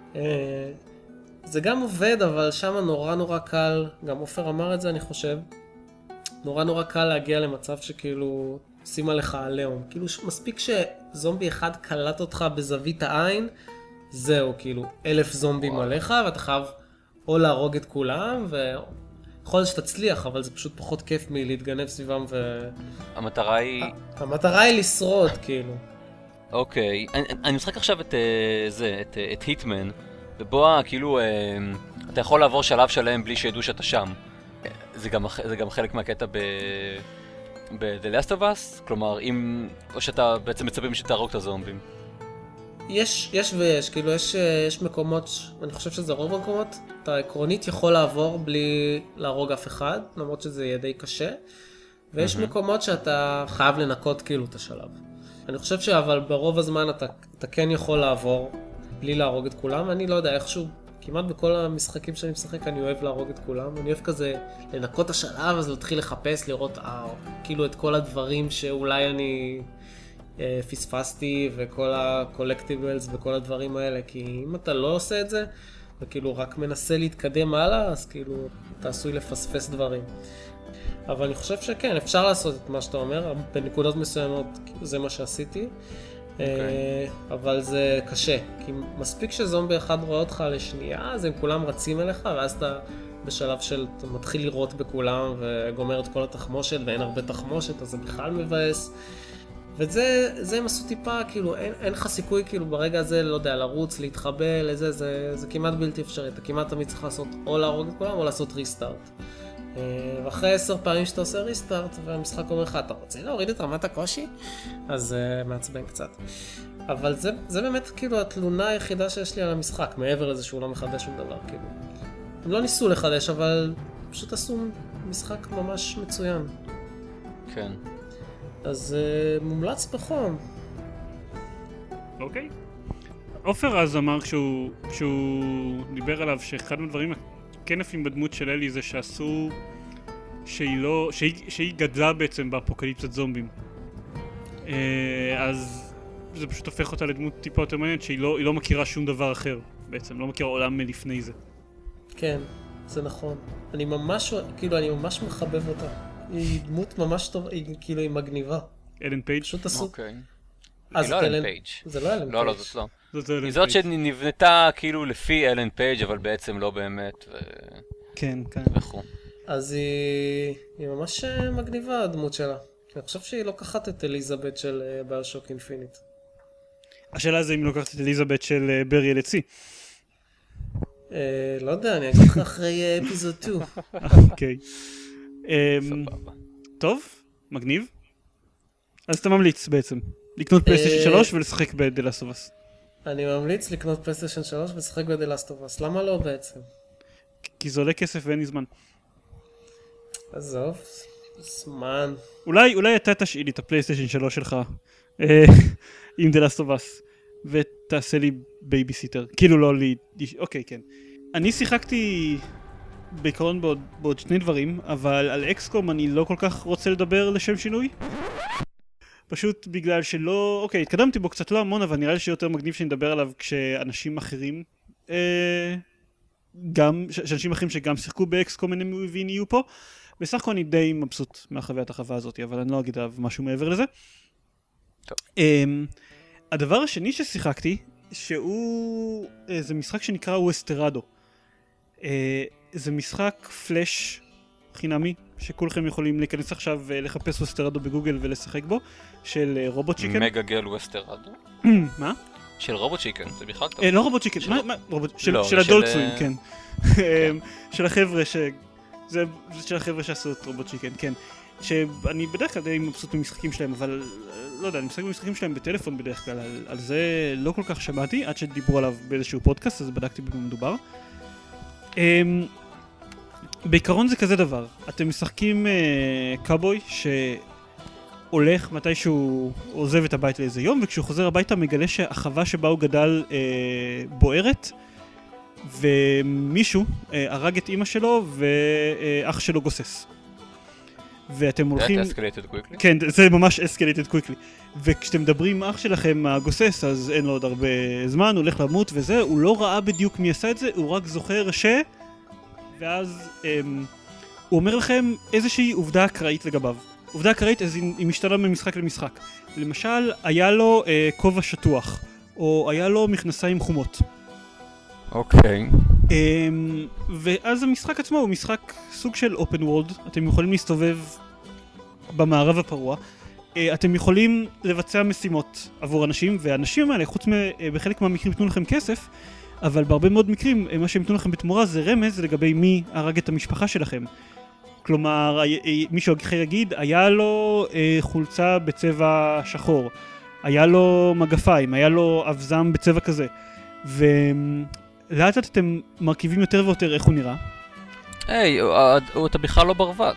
זה גם עובד, אבל שם נורא קל, גם אופר אמר את זה אני חושב, נורא קל להגיע למצב שכאילו שים עליך עליהום. כאילו מספיק שזומבי אחד קלט אותך בזווית העין, זהו, כאילו 1000 זומבים עליך, ואתה חייב או להרוג את כולם, ויכול להיות שתצליח, אבל זה פשוט פחות כיף מלהתגנב סביבם המטרה היא... המטרה היא לשרוד, כאילו. אוקיי, אני משחק עכשיו את היטמן, ובו כאילו אתה יכול לעבור שלב שלם בלי שידעו שאתה שם. זה גם חלק מהקטע ב-The Last of Us? כלומר, או שאתה בעצם מצפים שתהרוג את הזומבים? יש ויש, כאילו יש מקומות, אני חושב שזה רוב המקומות, אתה עקרונית יכול לעבור בלי להרוג אף אחד, למרות שזה יהיה די קשה, ויש מקומות שאתה חייב לנקות כאילו את השלב. אני חושב אבל ברוב הזמן אתה כן יכול לעבור בלי להרוג את כולם, אני לא יודע, איכשהו, כמעט בכל המשחקים שאני משחק אני אוהב להרוג את כולם, אני אוהב כזה לנקות את השלב, אז להתחיל לחפש, לראות כאילו את כל הדברים שאולי אני פספסתי, וכל הקולקטיבלס וכל הדברים האלה, כי אם אתה לא עושה את זה, וכאילו רק מנסה להתקדם הלאה, אז כאילו אתה עשוי לפספס דברים. אבל אני חושב שכן, אפשר לעשות את מה שאתה אומר, בנקודות מסוימות זה מה שעשיתי. אבל זה קשה, כי מספיק שזומבי אחד רואה אותך לשנייה, אז הם כולם רצים אליך, ואז אתה בשלב של, אתה מתחיל לראות בכולם וגומר את כל התחמושת, ואין הרבה תחמושת, אז זה בכלל מבאס. וזה הם עשו טיפה, כאילו, אין לך סיכוי, כאילו, ברגע הזה, לא יודע, לרוץ, להתחבא, לזה, זה כמעט בלתי אפשרי. אתה כמעט תמיד צריך לעשות או להרוג את כולם, או לעשות ריסטארט. ואחרי 10 פעמים שאתה עושה ריסטארט, והמשחק אומר לך, אתה רוצה להוריד את רמת הקושי? אז מעצבן קצת. אבל זה באמת, כאילו, התלונה היחידה שיש לי על המשחק, מעבר לזה שהוא לא מחדש שום דבר, כאילו. הם לא ניסו לחדש, אבל פשוט עשו משחק ממש מצוין. כן. אז מומלץ בחום. אוקיי. עופר אז אמר כשהוא דיבר עליו שאחד מהדברים הכנפים בדמות של אלי זה שעשו שהיא גדלה בעצם באפוקליפסת זומבים. אז זה פשוט הופך אותה לדמות טיפה יותר מעניינת שהיא לא מכירה שום דבר אחר בעצם, לא מכירה עולם מלפני זה. כן, זה נכון. אני ממש מחבב אותה. היא דמות ממש טובה, כאילו היא מגניבה. אלן פייג'? פשוט עשו. אוקיי. היא לא אלן פייג'. זה לא אלן פייג'. לא, זאת לא. היא זאת שנבנתה כאילו לפי אלן פייג' אבל בעצם לא באמת. כן. וכו'. אז היא ממש מגניבה הדמות שלה. אני חושב שהיא לוקחת את אליזבת של ביושוק אינפיניט. השאלה זה אם לוקחת את אליזבת של ברי אלצי. לא יודע, אני אגיד לך אחרי אפיזוד 2. אוקיי. טוב, מגניב. אז אתה ממליץ בעצם לקנות פלייסטיישן 3 ולשחק ב-The Last of Us. אני ממליץ לקנות פלייסטיישן 3 ולשחק ב-The Last of Us. למה לא בעצם? כי זה עולה כסף ואין לי זמן. עזוב, זמן. אולי אתה תשאיל לי את הפלייסטיישן 3 שלך עם The Last of Us ותעשה לי בייביסיטר. כאילו לא לי... אוקיי, כן. אני שיחקתי בעיקרון בעוד שני דברים, אבל על אקסקום אני לא כל כך רוצה לדבר לשם שינוי. פשוט בגלל שלא... אוקיי, התקדמתי בו קצת לא המון, אבל נראה לי שיותר מגניב שנדבר עליו כשאנשים אחרים... שאנשים אחרים שגם שיחקו באקסקום הם יהיו פה. בסך הכל אני די מבסוט מהחוויית החווה הזאת, אבל אני לא אגיד עליו משהו מעבר לזה. טוב. הדבר השני ששיחקתי, שהוא... זה משחק שנקרא ווסטרדו. זה משחק פלאש חינמי, שכולכם יכולים להיכנס עכשיו ולחפש ווסטרדו בגוגל ולשחק בו, של רובוט צ'יקן. מגה גל ווסטרדו? מה? של רובוט צ'יקן, זה בכלל טוב. לא רובוט צ'יקן, של הדולצויים, כן. של החבר'ה זה של החבר'ה שעשו את רובוט צ'יקן, כן. שאני בדרך כלל די מבסוט במשחקים שלהם, אבל לא יודע, אני משחק במשחקים שלהם בטלפון בדרך כלל, על זה לא כל כך שמעתי, עד שדיברו עליו באיזשהו פודקאסט, אז בדקתי במה מדובר. בעיקרון זה כזה דבר, אתם משחקים קאבוי שהולך מתי שהוא עוזב את הבית לאיזה יום, וכשהוא חוזר הביתה מגלה שהחווה שבה הוא גדל בוערת, ומישהו הרג את אמא שלו ואח שלו גוסס. ואתם הולכים... זה escalated quickly? כן, זה ממש escalated quickly. וכשאתם מדברים עם אח שלכם הגוסס, אז אין לו עוד הרבה זמן, הוא הולך למות וזה, הוא לא ראה בדיוק מי עשה את זה, הוא רק זוכר ואז הוא אומר לכם איזושהי עובדה אקראית לגביו. עובדה אקראית, אז היא משתנה ממשחק למשחק. למשל, היה לו כובע שטוח, או היה לו מכנסיים חומות. אוקיי. ואז המשחק עצמו הוא משחק סוג של open world, אתם יכולים להסתובב במערב הפרוע, אתם יכולים לבצע משימות עבור אנשים, והאנשים האלה, חוץ בחלק מהמקרים יתנו לכם כסף, אבל בהרבה מאוד מקרים, מה שהם יתנו לכם בתמורה זה רמז לגבי מי הרג את המשפחה שלכם. כלומר, מישהו אחר יגיד, היה לו חולצה בצבע שחור, היה לו מגפיים, היה לו אבזם בצבע כזה, לאט לאט אתם מרכיבים יותר ויותר איך הוא נראה. היי, אתה בכלל לא ברווז.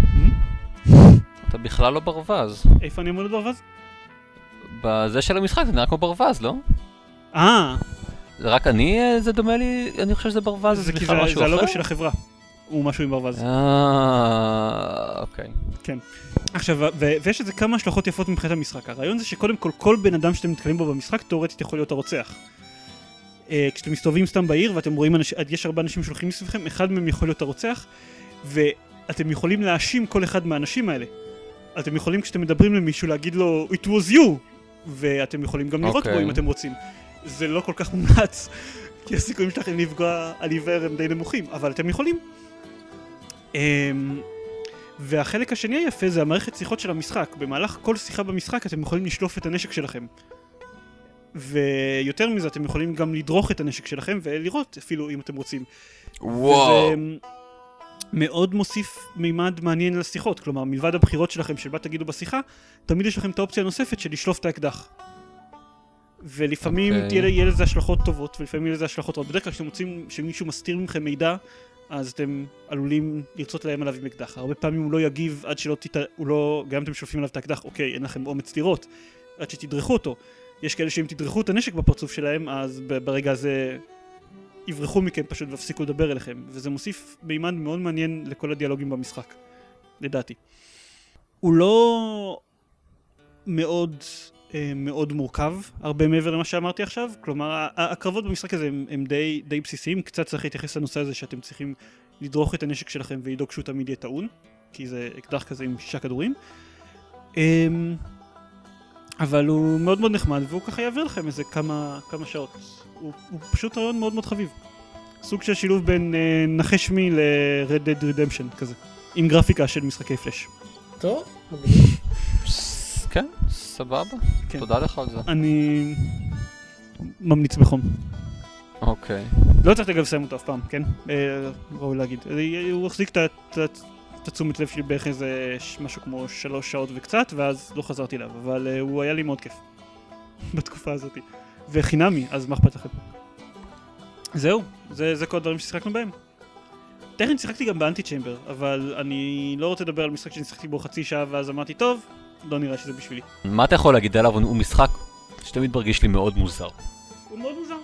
אתה בכלל לא ברווז. איפה אני אמור להיות ברווז? בזה של המשחק, זה נראה כמו ברווז, לא? זה רק זה דומה לי, אני חושב שזה ברווז, זה בכלל משהו אחר. זה הלוגו של החברה, הוא משהו עם ברווז. אוקיי. כן. עכשיו, ויש איזה כמה השלכות יפות מבחינת המשחק. הרעיון זה שקודם כל בן אדם שאתם מתקלים בו במשחק, תיאורטית יכול להיות הרוצח. כשאתם מסתובבים סתם בעיר ואתם רואים יש הרבה אנשים שהולכים מסביבכם, אחד מהם יכול להיות הרוצח, אתם יכולים להאשים כל אחד מהאנשים האלה. אתם יכולים כשאתם מדברים למישהו להגיד לו It was you, ואתם יכולים גם לראות בו אם אתם רוצים. זה לא כל כך מומלץ, כי הסיכויים שלכם לפגוע על עיוור הם די נמוכים, אבל אתם יכולים. והחלק השני היפה זה המערכת שיחות של המשחק. במהלך כל שיחה במשחק אתם יכולים לשלוף את הנשק שלכם. ויותר מזה אתם יכולים גם לדרוך את הנשק שלכם ולראות אפילו אם אתם רוצים. וואו. וזה מאוד מוסיף מימד מעניין לשיחות. כלומר, מלבד הבחירות שלכם שבה תגידו בשיחה, תמיד יש לכם את האופציה הנוספת של לשלוף את האקדח. ולפעמים יהיה לזה השלכות טובות, ולפעמים יהיה לזה השלכות טובות. בדרך כלל כשאתם רוצים שמישהו מסתיר מכם מידע, אז אתם עלולים לרצות להם עליו עם אקדח. הרבה פעמים הוא לא יגיב עד שלא גם אתם שולפים עליו את האקדח, אוקיי, אין לכם אומץ לירות, עד שתדרכו אותו. יש כאלה שאם תדרכו את הנשק בפרצוף שלהם, אז ברגע הזה יברחו מכם פשוט והפסיקו לדבר אליכם. וזה מוסיף מימד מאוד מעניין לכל הדיאלוגים במשחק, לדעתי. הוא לא מאוד מורכב, הרבה מעבר למה שאמרתי עכשיו. כלומר, הקרבות במשחק הזה הם די בסיסיים. קצת צריך להתייחס לנושא הזה שאתם צריכים לדרוך את הנשק שלכם ולדאוג שהוא תמיד יהיה טעון, כי זה אקדח כזה עם 6 כדורים. אבל הוא מאוד מאוד נחמד, והוא ככה יעביר לכם איזה כמה שעות. הוא פשוט רעיון מאוד מאוד חביב. סוג של שילוב בין נחש מי ל-Red Dead Redemption כזה, עם גרפיקה של משחקי פלאש. טוב, מגניב. כן, סבבה. תודה לך על זה. אני ממליץ בחום. אוקיי. לא צריך אגב לסיים אותו אף פעם, כן? ראוי להגיד. הוא החזיק את תשומת לב שלי בערך איזה משהו כמו 3 שעות וקצת, ואז לא חזרתי אליו, אבל הוא היה לי מאוד כיף בתקופה הזאת. וחינמי, אז מה אכפת לכם? זהו, זה כל הדברים ששיחקנו בהם. טכנית שיחקתי גם באנטי צ'יימבר, אבל אני לא רוצה לדבר על משחק ששיחקתי בו חצי שעה ואז אמרתי, טוב, לא נראה שזה בשבילי. מה אתה יכול להגיד עליו? הוא משחק שתמיד מרגיש לי מאוד מוזר. הוא מאוד מוזר.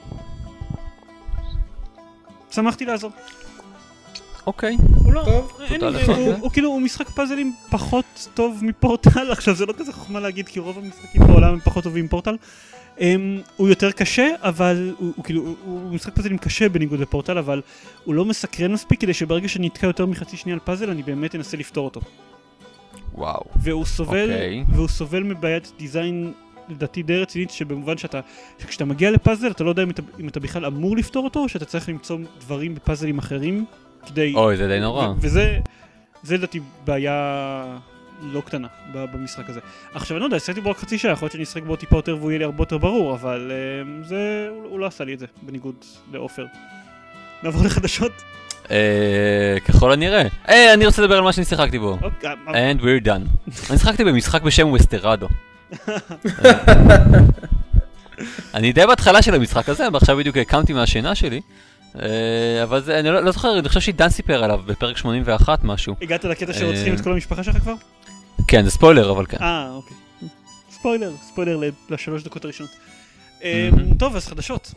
שמחתי לעזור. אוקיי. הוא לא, תודה לך. הוא כאילו, הוא משחק פאזלים פחות טוב מפורטל. עכשיו זה לא כזה חוכמה להגיד, כי רוב המשחקים בעולם הם פחות טובים מפורטל. הוא יותר קשה, אבל הוא כאילו, הוא משחק פאזלים קשה בניגוד לפורטל, אבל הוא לא מסקרן מספיק כדי שברגע שאני אתקע יותר מחצי שנייה על פאזל, אני באמת אנסה לפתור אותו. וואו. והוא סובל מבעיית דיזיין לדעתי די רצינית, שבמובן שכשאתה מגיע לפאזל, אתה לא יודע אם אתה בכלל אמור לפתור אותו, או שאתה צריך למצוא דברים בפאזלים אחרים כדי... אוי, זה די נורא. וזה לדעתי בעיה לא קטנה במשחק הזה. עכשיו, אני לא יודע, עשיתי בו רק חצי שעה, יכול להיות שאני אשחק בו טיפה יותר והוא יהיה לי הרבה יותר ברור, אבל הוא לא עשה לי את זה, בניגוד לאופר. נעבור לחדשות? ככל הנראה. אני רוצה לדבר על מה שאני שיחקתי בו. And we're done. אני שיחקתי במשחק בשם וסטרדו. אני די בהתחלה של המשחק הזה, ועכשיו בדיוק הקמתי מהשינה שלי. אבל אני לא זוכר, אני חושב שדן סיפר עליו בפרק 81 משהו. הגעת לקטע שרוצחים את כל המשפחה שלך כבר? כן, זה ספוילר, אבל כן. אוקיי. ספוילר ל3 דקות הראשונות. טוב, אז חדשות.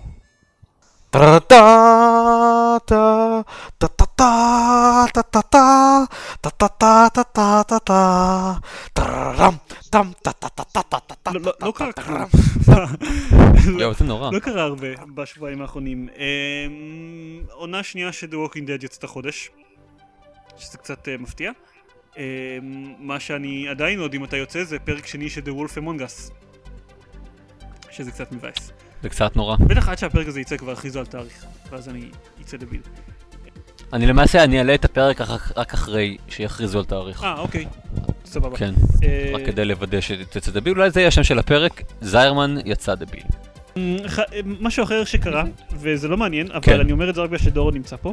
לא קרה כלום. זה נורא. לא קרה הרבה בשבועיים האחרונים. עונה שנייה של The Walking Dead יוצאת החודש, שזה קצת מפתיע. מה שאני עדיין לא יודע אם אתה יוצא זה פרק שני של The Wolf Among Us, שזה קצת מבאס. זה קצת נורא. בטח עד שהפרק הזה יצא כבר הכריזו על תאריך, ואז אני יצא דביל. אני אעלה את הפרק רק אחרי שיכריזו על תאריך. אוקיי. סבבה. כן, רק כדי לוודא שתצא דביל. אולי זה יהיה השם של הפרק, זיירמן יצא דביל. משהו אחר שקרה, וזה לא מעניין, אבל אני אומר את זה רק בגלל שדורון נמצא פה.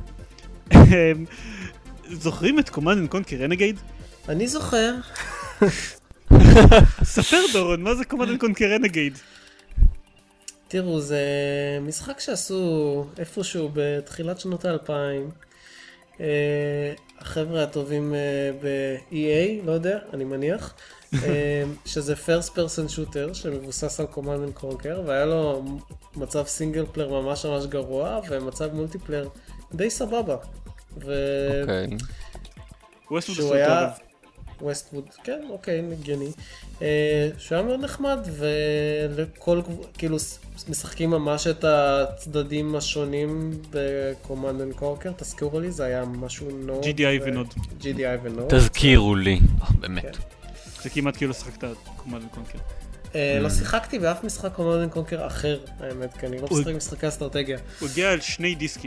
זוכרים את Command & Conquer Renegade? אני זוכר. ספר דורון, מה זה Command & Conquer Renegade? תראו, זה משחק שעשו איפשהו בתחילת שנות ה-2000. החבר'ה הטובים ב-EA, לא יודע, אני מניח, שזה first person shooter שמבוסס על Command & Conquer, והיה לו מצב סינגל פלייר ממש ממש גרוע, ומצב מולטיפלייר די סבבה. הוא ווסטווד, כן, אוקיי, הגיוני. שהוא היה מאוד נחמד, ולכל, כאילו, משחקים ממש את הצדדים השונים בקומנד אנד קונקר, תזכירו לי, זה היה משהו נוד. GDI ונוד. GDI ונוד. תזכירו לי, באמת. זה כמעט כאילו שחקת קומנד אנד קונקר. לא שיחקתי באף משחק קומנד אנד קונקר אחר, האמת, כי אני לא משחק משחקי אסטרטגיה. הוא הגיע על 2 דיסקים.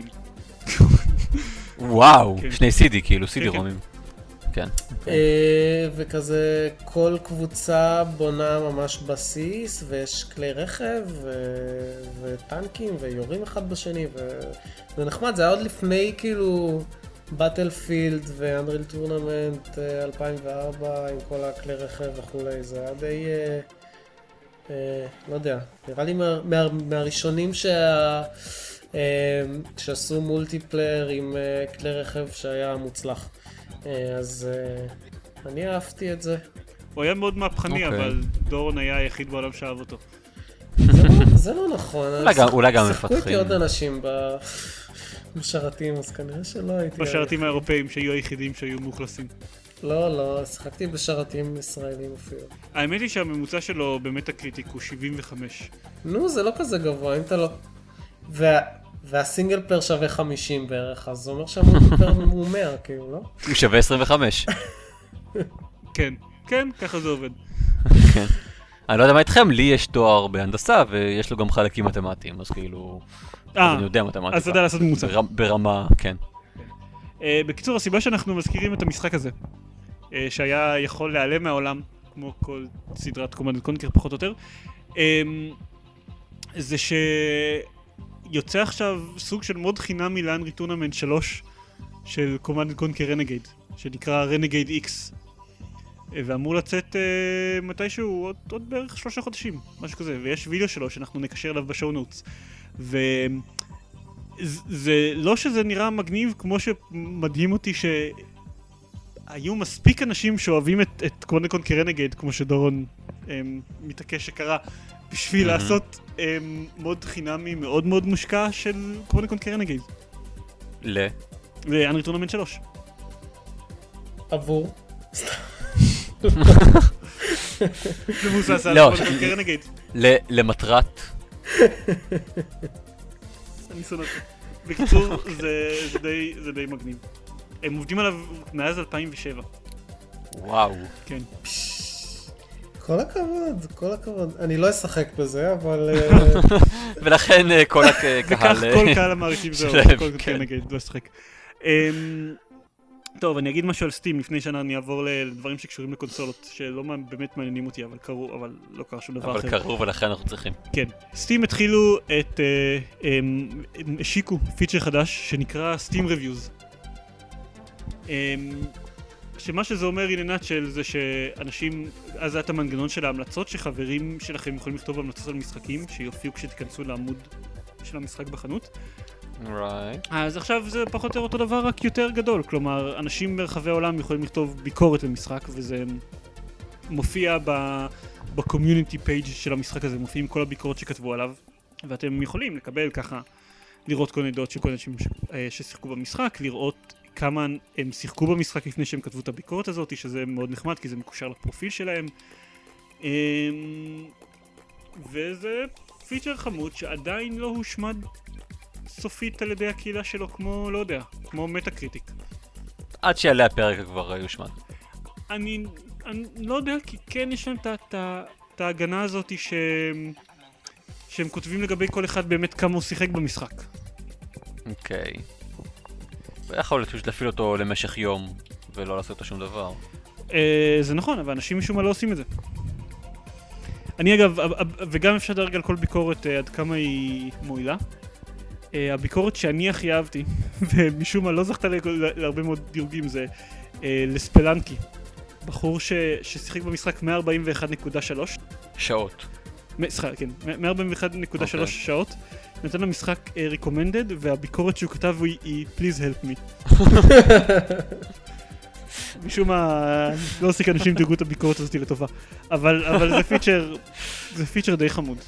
וואו, כן. 2 CD, כאילו, CD כן. רומים. כן. וכזה כל קבוצה בונה ממש בסיס, ויש כלי רכב, וטנקים, ויורים אחד בשני, וזה נחמד, זה היה עוד לפני כאילו באטלפילד ואנדריל טורנמנט 2004 עם כל הכלי רכב וכולי, זה היה די, לא יודע, נראה לי מהראשונים שעשו מולטיפלייר עם כלי רכב שהיה מוצלח. אז אני אהבתי את זה. הוא היה מאוד מהפכני, אבל דורון היה היחיד בעולם שאהב אותו. זה לא נכון. אולי גם שיחקו איתי מפתחים. עוד אנשים בשרתים, אז כנראה שלא הייתי... בשרתים האירופאים שהיו היחידים שהיו מאוכלסים. לא, שיחקתי בשרתים ישראלים אפילו. האמת היא שהממוצע שלו באמת הקריטיק הוא 75. נו, זה לא כזה גבוה, אם אתה לא... והסינגל פלר שווה 50 בערך, אז זה אומר שהמולטיפלר הוא 100, כאילו, לא? הוא שווה 25. כן, כן, ככה זה עובד. כן. אני לא יודע מה איתכם, לי יש תואר בהנדסה, ויש לו גם חלקים מתמטיים, אז כאילו... אז אני יודע מתמטיקה. אז אתה יודע לעשות ממוצע. ברמה, כן. בקיצור, הסיבה שאנחנו מזכירים את המשחק הזה, שהיה יכול להיעלם מהעולם, כמו כל סדרת קומנד אנד קונקר פחות או יותר, זה שיוצא עכשיו סוג של מוד חינמי לאנרי טורנמנט 3 של קומנד אנד קונקר רנגייד, שנקרא רנגייד X. ואמור לצאת מתישהו עוד בערך 3 חודשים, משהו כזה, ויש וידאו שלו שאנחנו נקשר אליו בשואו נוטס. וזה לא שזה נראה מגניב, כמו שמדהים אותי שהיו מספיק אנשים שאוהבים את קומנד אנד קונקר רנגייד, כמו שדורון מתעקש שקרה, בשביל לעשות מוד חינמי מאוד מאוד מושקע של קומנד אנד קונקר רנגייד. לאנרי טורנמנט 3. עבור? זה מוסס על קומנד אנד קונקר רנגייד. למטרת... אני שונא אותו. בקיצור, זה די מגניב. הם עובדים עליו מאז 2007. וואו. כן. כל הכבוד. אני לא אשחק בזה, אבל... ולכן כל הקהל... וכך כל קהל המעריכים זהו, כל קהל נגיד, לא אשחק. טוב, אני אגיד משהו על סטים לפני שאני אעבור לדברים שקשורים לקונסולות, שלא באמת מעניינים אותי, אבל קרו, אבל לא קרה שום דבר אחר. אבל קרו, ולכן אנחנו צריכים. כן. סטים התחילו השיקו פיצ'ר חדש שנקרא Steam Reviews. שמה שזה אומר in a nutshell זה שאנשים, אז זה את המנגנון של ההמלצות, שחברים שלכם יכולים לכתוב המלצות על משחקים שיופיעו כשתיכנסו לעמוד של המשחק בחנות. Right. אז עכשיו זה פחות או יותר אותו דבר, רק יותר גדול. כלומר, אנשים מרחבי העולם יכולים לכתוב ביקורת למשחק, וזה מופיע בקומיוניטי פייג' של המשחק הזה, מופיעים כל הביקורות שכתבו עליו, ואתם יכולים לקבל ככה, לראות כל נדעות של כל אנשים ששיחקו במשחק, לראות כמה הם שיחקו במשחק לפני שהם כתבו את הביקורת הזאת, שזה מאוד נחמד, כי זה מקושר לפרופיל שלהם. וזה פיצ'ר חמוד שעדיין לא הושמד סופית על ידי הקהילה שלו, כמו, לא יודע, כמו מטה-קריטיק. עד שיעלה הפרק כבר יושמד. אני לא יודע, כי כן יש להם את ההגנה הזאת שהם כותבים לגבי כל אחד באמת כמה הוא שיחק במשחק. אוקיי. ויכול להיות פשוט להפעיל אותו למשך יום ולא לעשות אותו שום דבר. זה נכון, אבל אנשים משום מה לא עושים את זה. אני אגב, וגם אפשר לדרג על כל ביקורת עד כמה היא מועילה. הביקורת שאני הכי אהבתי, ומשום מה לא זכתה להרבה מאוד דירוגים, זה לספלנקי. בחור ששיחק במשחק 141.3 שעות. סליחה, כן, 141.3 שעות. נתן למשחק recommended, והביקורת שהוא כתב היא please help me. משום מה, לא עושה כאנשים דירגו את הביקורת הזאת לטובה. אבל זה פיצ'ר די חמוד.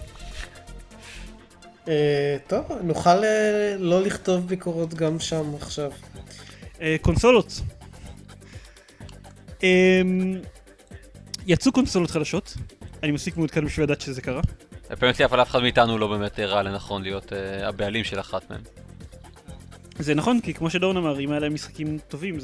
טוב, נוכל לא לכתוב ביקורות גם שם עכשיו. קונסולות. יצאו קונסולות חדשות, אני מספיק מעודכן בשביל לדעת שזה קרה. באמת לי, אבל אף אחד מאיתנו לא באמת ראה לנכון להיות הבעלים של אחת מהם. זה נכון, כי כמו שדורון אמר, אם היה להם משחקים טובים,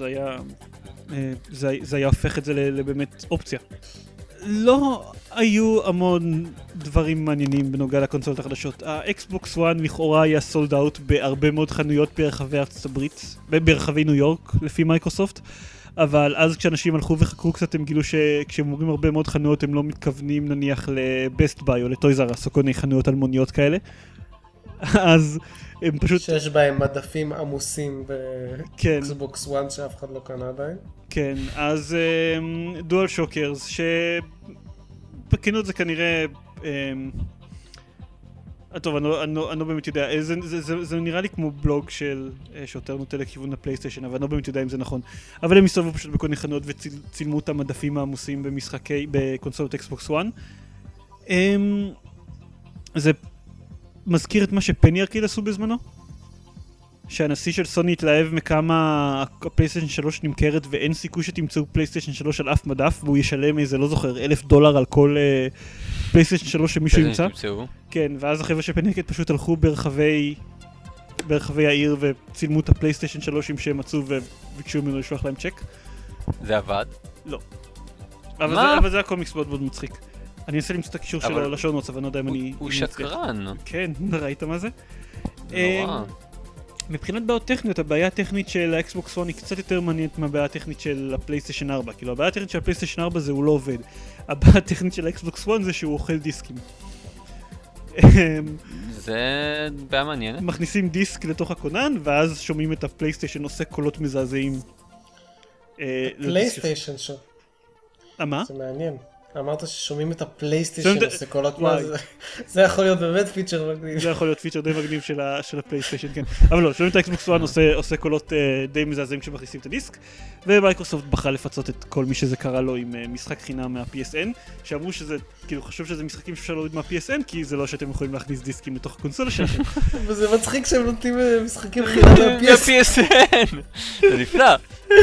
זה היה הופך את זה לבאמת אופציה. לא היו המון דברים מעניינים בנוגע לקונסולות החדשות. האקסבוקס 1 לכאורה היה סולד אאוט בהרבה מאוד חנויות ברחבי ארצות הברית, ברחבי ניו יורק, לפי מייקרוסופט. אבל אז כשאנשים הלכו וחקרו קצת, הם גילו שכשהם אומרים הרבה מאוד חנויות, הם לא מתכוונים נניח לבסט ביי או לטויז אר אס או כל מיני חנויות אלמוניות כאלה. אז הם פשוט... שיש בהם מדפים עמוסים באקסבוקס 1 שאף אחד לא קנה עדיין. כן, אז דואל שוקרס, שבכנות זה כנראה... טוב, אני לא באמת יודע, זה נראה לי כמו בלוג שיותר נוטה לכיוון הפלייסטיישן, אבל אני לא באמת יודע אם זה נכון. אבל הם הסתובבו פשוט בכל מיני חנויות וצילמו את המדפים העמוסים בקונסולות אקסבוקס 1. זה מזכיר את מה שפני ארקיד עשו בזמנו? שהנשיא של סוני התלהב מכמה הפלייסטיישן 3 נמכרת ואין סיכוי שתמצאו פלייסטיישן 3 על אף מדף, והוא ישלם איזה, לא זוכר, $1,000 על כל פלייסטיישן 3 שמישהו ימצא. כן, ואז החבר'ה של פני ארקיד פשוט הלכו ברחבי העיר וצילמו את הפלייסטיישן 3 שהם מצאו וביקשו ממנו לשלוח להם צ'ק. זה עבד? לא. אבל זה היה קומיקס מאוד מאוד מצחיק. אני אנסה למצוא את הקישור שלו לשונוץ, אבל אני לא יודע אם אני... הוא שקרן. כן, ראית מה זה? נורא. מבחינת בעיות טכניות, הבעיה הטכנית של האקסבוקס 1 היא קצת יותר מעניינת מהבעיה הטכנית של הפלייסטיישן 4. כאילו, הבעיה הטכנית של הפלייסטיישן 4 זה הוא לא עובד. הבעיה הטכנית של האקסבוקס 1 זה שהוא אוכל דיסקים. זה בעיה מעניינת. מכניסים דיסק לתוך הכונן, ואז שומעים את הפלייסטיישן עושה קולות מזעזעים. פלייסטיישן שם. מה? זה מעניין. אמרת ששומעים את הפלייסטיישן עושה קולות מה זה יכול להיות באמת פיצ'ר מגניב. זה יכול להיות פיצ'ר די מגניב של הפלייסטיישן, כן. אבל לא, שומעים את האקסבוקס 1 עושה קולות די מזעזעים כשמכניסים את הדיסק, ומייקרוסופט בחרה לפצות את כל מי שזה קרה לו עם משחק חינם מה-PSN, שאמרו שזה, כאילו חשוב שזה משחקים שאפשר להוריד מה-PSN, כי זה לא שאתם יכולים להכניס דיסקים לתוך הקונסולה שלכם. וזה מצחיק שהם נותנים משחקים חינם מה-PSN. זה נפלא.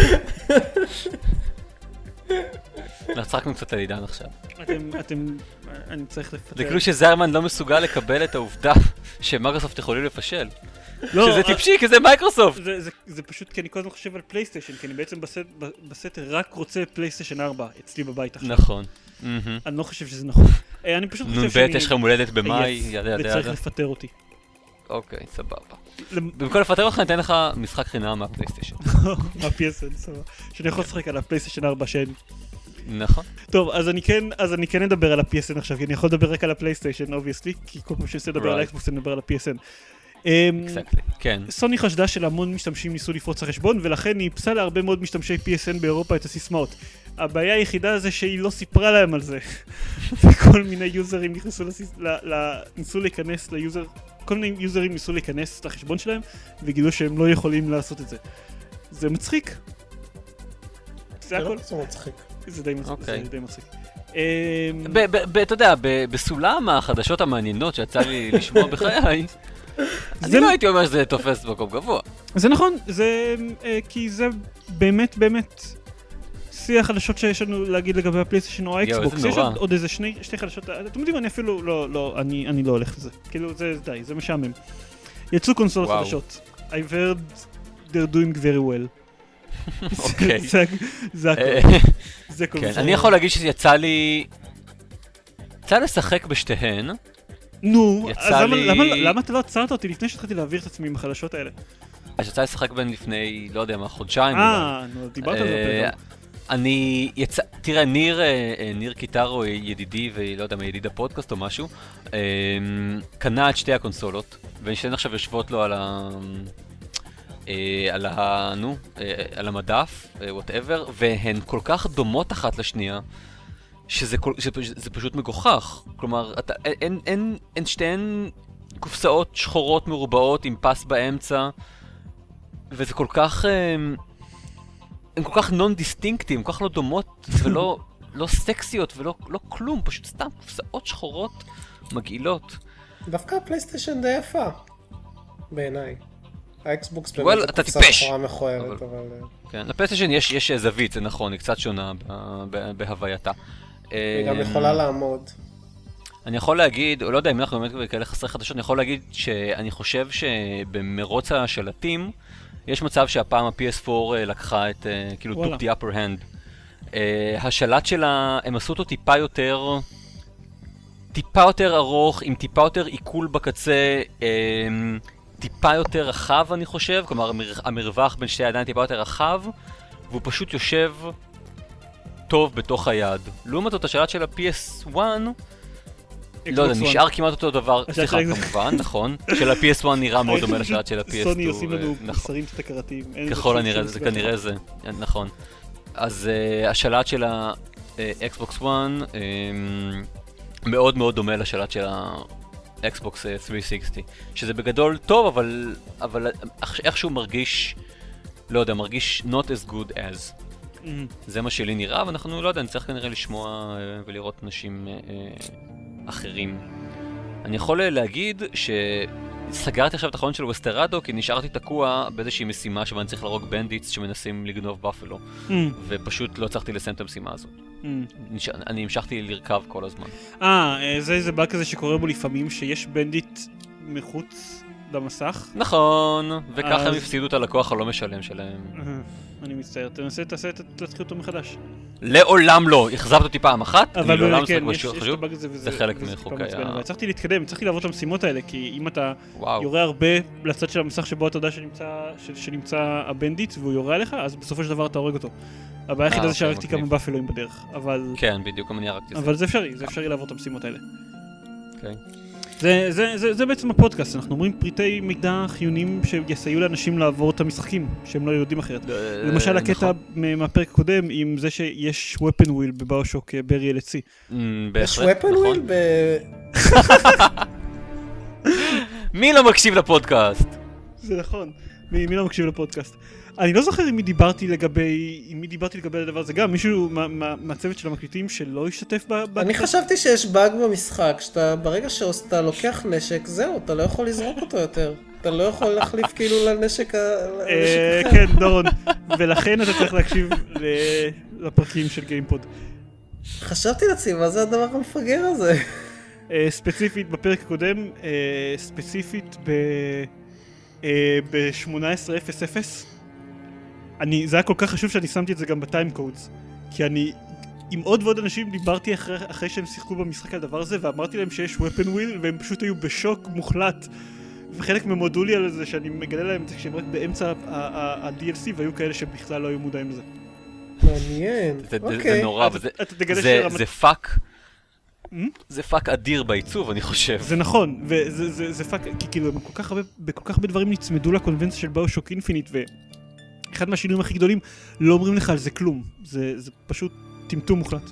נצחקנו קצת על עידן עכשיו. אני צריך לפתר. זה כאילו שזרמן לא מסוגל לקבל את העובדה שמייקרוסופט יכולים לפשל. שזה טיפשי, כי זה מייקרוסופט. זה פשוט כי אני כל הזמן חושב על פלייסטיישן, כי אני בעצם בסט רק רוצה פלייסטיישן 4 אצלי בבית עכשיו. נכון. אני לא חושב שזה נכון. אני פשוט חושב שאני... יש לך מולדת במאי, ידה. וצריך לפטר אותי. אוקיי, סבבה. במקום לפטר אותך, ניתן לך משחק חינם מהפלייסטיישן. מהPSN, סבבה. שאני יכול לשחק על הפלייסטיישן 4 שאין. נכון. טוב, אז אני כן אדבר על ה-PSN עכשיו, כי אני יכול לדבר רק על הפלייסטיישן, obviously, כי כל פעם שאני רוצה לדבר על האקסבוקס, אני מדבר על ה-PSN. כן. סוני חשדה שלהמון משתמשים ניסו לפרוץ החשבון, ולכן היא איפסה להרבה מאוד משתמשי PSN באירופה את הסיסמאות. הבעיה היחידה זה שהיא לא סיפרה להם על זה. וכל מיני יוזרים ניסו להיכנס ליוזר, כל מיני יוזרים ניסו להיכנס לחשבון שלהם, וגילו שהם לא יכולים לעשות את זה. זה מצחיק. זה הכל. זה מצחיק. זה די מצחיק. אתה יודע, בסולם החדשות המעניינות שיצא לי לשמוע בחיי, אני לא הייתי אומר שזה תופס במקום גבוה. זה נכון, כי זה באמת שיא החדשות שיש לנו להגיד לגבי הפלייסטיישן או האקסבוקס. יש עוד איזה שני חדשות, אתם יודעים, אני אפילו אני לא הולך לזה. כאילו זה די, זה משעמם. יצאו קונסולות חדשות. I've heard they're doing very well. אוקיי. זה הכל. זה כל כן, אני יכול להגיד שיצא לי לשחק בשתיהן. נו, אז למה אתה לא עצרת אותי לפני שהתחלתי להעביר את עצמי עם החדשות האלה? אז יצא לשחק בין לפני, לא יודע מה, חודשיים. נו, דיברת על זה פתאום. תראה, ניר קיטרו, ידידי, ולא יודע מה, ידיד הפודקאסט או משהו, קנה את שתי הקונסולות, ושתיהן עכשיו יושבות לו על המדף, whatever, והן כל כך דומות אחת לשנייה, שזה פשוט מגוחך. כלומר, אין שתיהן קופסאות שחורות מרובעות עם פס באמצע, וזה כל כך... הן כל כך נון-דיסטינקטים, כל כך לא דומות ולא סקסיות ולא כלום, פשוט סתם קופסאות שחורות מגעילות. דווקא הפלייסטיישן די יפה, בעיניי. האקסבוקס וואל, באמת אתה קופסה טיפש. שחורה מכוערת, אבל... כן, לפלייסטיישן יש זווית, זה נכון, היא קצת שונה בהווייתה. היא גם יכולה לעמוד. אני יכול להגיד, או לא יודע אם אנחנו באמת כאלה חסרי חדשות, אני יכול להגיד שאני חושב שבמרוץ השלטים, יש מצב שהפעם ה-PS4 לקחה את, כאילו, took the upper hand. השלט שלה, הם עשו אותו טיפה יותר ארוך, עם טיפה יותר עיכול בקצה, טיפה יותר רחב אני חושב, כלומר המרווח בין שתי הידיים טיפה יותר רחב, והוא פשוט יושב טוב בתוך היד. לעומת זאת השלט של ה-PS1, לא יודע, נשאר כמעט אותו דבר, סליחה כמובן, נכון, של ה-PS1 נראה מאוד דומה לשלט של ה-PS2. סוני עושים לנו מסרים סטקרתיים. ככל הנראה, זה כנראה זה, נכון. אז השלט של ה-Xbox One מאוד מאוד דומה לשלט של ה-Xbox 360, שזה בגדול טוב, אבל איכשהו מרגיש, לא יודע, מרגיש not as good as. זה מה שלי נראה, ואנחנו, לא יודע, נצטרך כנראה לשמוע ולראות אנשים אחרים. אני יכול להגיד שסגרתי עכשיו את החלון של ווסטרדו, כי נשארתי תקוע באיזושהי משימה שבה אני צריך להרוג בנדיטס שמנסים לגנוב בפלו, ופשוט לא הצלחתי לסיים את המשימה הזאת. אני המשכתי לרכב כל הזמן. זה איזה באג כזה שקורה בו לפעמים, שיש בנדיט מחוץ למסך. נכון, וככה הם הפסידו את הלקוח הלא משלם שלהם. אני מצטער, תתחיל אותו מחדש. לעולם לא, החזבת אותי פעם אחת, אבל לעולם כן, משחק משהו חשוב, זה חלק מחוקי הצלחתי להתקדם, הצלחתי לעבור את המשימות האלה, כי אם אתה יורה הרבה לצד של המסך שבו אתה יודע שנמצא הבנדיט והוא יורה עליך, אז בסופו של דבר אתה הורג אותו. הבעיה היחידה זה שהרגתי כמה באפלואים בדרך, אבל... כן, בדיוק, גם אני הרגתי זה. אבל זה אפשרי לעבור את המשימות האלה. אוקיי. זה בעצם הפודקאסט, אנחנו אומרים פריטי מידע חיוניים שיסייעו לאנשים לעבור את המשחקים, שהם לא יודעים אחרת. למשל הקטע מהפרק הקודם עם זה שיש weapon wheel בבאושוק ברי אלצי. יש weapon wheel מי לא מקשיב לפודקאסט? זה נכון, מי לא מקשיב לפודקאסט. אני לא זוכר עם מי דיברתי לגבי הדבר הזה, גם מישהו מהצוות של המקליטים שלא השתתף אני חשבתי שיש באג במשחק, שאתה ברגע שאתה לוקח נשק, זהו, אתה לא יכול לזרוק אותו יותר. אתה לא יכול להחליף כאילו לנשק אחר. כן, דורון, ולכן אתה צריך להקשיב לפרקים של גיימפוד. חשבתי לעצמי, מה זה הדבר המפגר הזה? ספציפית בפרק הקודם, ספציפית ב-18:00, זה היה כל כך חשוב שאני שמתי את זה גם בטיים קודס, כי אני עם עוד ועוד אנשים דיברתי אחרי שהם שיחקו במשחק על הדבר הזה, ואמרתי להם שיש weapon wheel, והם פשוט היו בשוק מוחלט, וחלק מהם הודו לי על זה שאני מגלה להם את זה כשהם רק באמצע ה-DLC, והיו כאלה שבכלל לא היו מודעים לזה. מעניין, זה נורא, זה פאק. זה פאק אדיר בעיצוב, אני חושב. זה נכון, וזה פאק, כי כאילו הם בכל כך הרבה דברים נצמדו לקונבנציה של באושוק אינפיניט, ואחד מהשינויים הכי גדולים לא אומרים לך על זה כלום, זה פשוט טמטום מוחלט.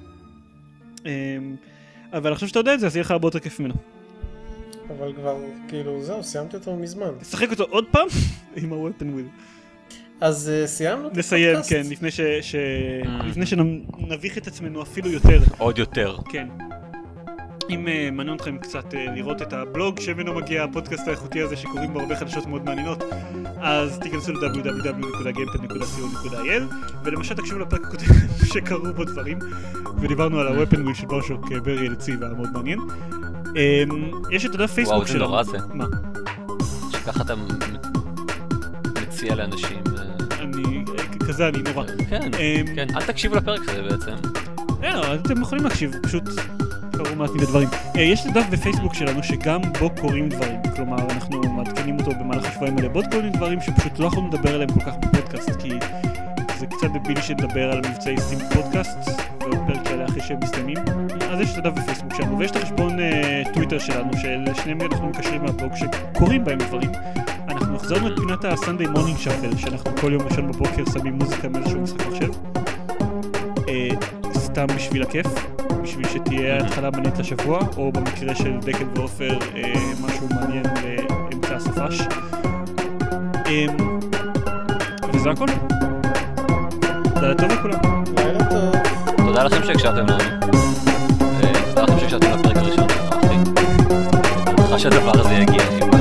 אבל עכשיו שאתה יודע את זה, אז יהיה לך הרבה יותר כיף ממנו. אבל כבר, כאילו, זהו, סיימתי אותו מזמן. תשחק אותו עוד פעם עם ה-weapon wheel. אז סיימנו את הפודקאסט? נסיים, כן, לפני שנביך את עצמנו אפילו יותר. עוד יותר. כן. אם מעניין אתכם קצת לראות את הבלוג שממנו מגיע הפודקאסט האיכותי הזה שקוראים בו הרבה חדשות מאוד מעניינות, אז תיכנסו ל-www.gamepad.co.il ולמשל תקשיבו לפרק הקודם שקראו בו דברים, ודיברנו על ה-weapon wheel של באושוק ברי אלצי והיה מאוד מעניין. יש את הדף פייסבוק שלנו. וואו, זה נורא זה. מה? שככה אתה מציע לאנשים... כזה אני נורא. כן, אל תקשיבו לפרק הזה בעצם. אתם יכולים להקשיב, פשוט קראו מעט מדי דברים. יש את הדף בפייסבוק שלנו שגם בו קוראים דברים, כלומר אנחנו מעדכנים אותו במהלך השבועיים האלה בעוד כל מיני דברים שפשוט לא יכולים לדבר עליהם כל כך בפודקאסט, כי זה קצת דבילי שנדבר על מבצעי סטים פודקאסט ובפרק שעלה אחרי שהם מסתיימים. אז יש את הדף בפייסבוק שלנו, ויש את החשבון טוויטר שלנו שלשניהם אנחנו מקשרים מהבלוג שקוראים בהם דברים. אנחנו החזרנו את פינת ה-Sunday Morning Shuffle, שאנחנו כל יום ראשון בבוקר שמים מוזיקה מאיזשהו משחק מחשב. סתם בשביל הכיף, בשביל שתהיה התחלה מעניינת לשבוע, או במקרה של דקל ועופר, משהו מעניין לאמצע הסופש. וזה הכל. לילה טוב לכולם. לילה טוב. תודה לכם שהקשבתם לנו. תודה לכם שהקשבתם לפרק הראשון. אני חושב שהדבר הזה יגיע.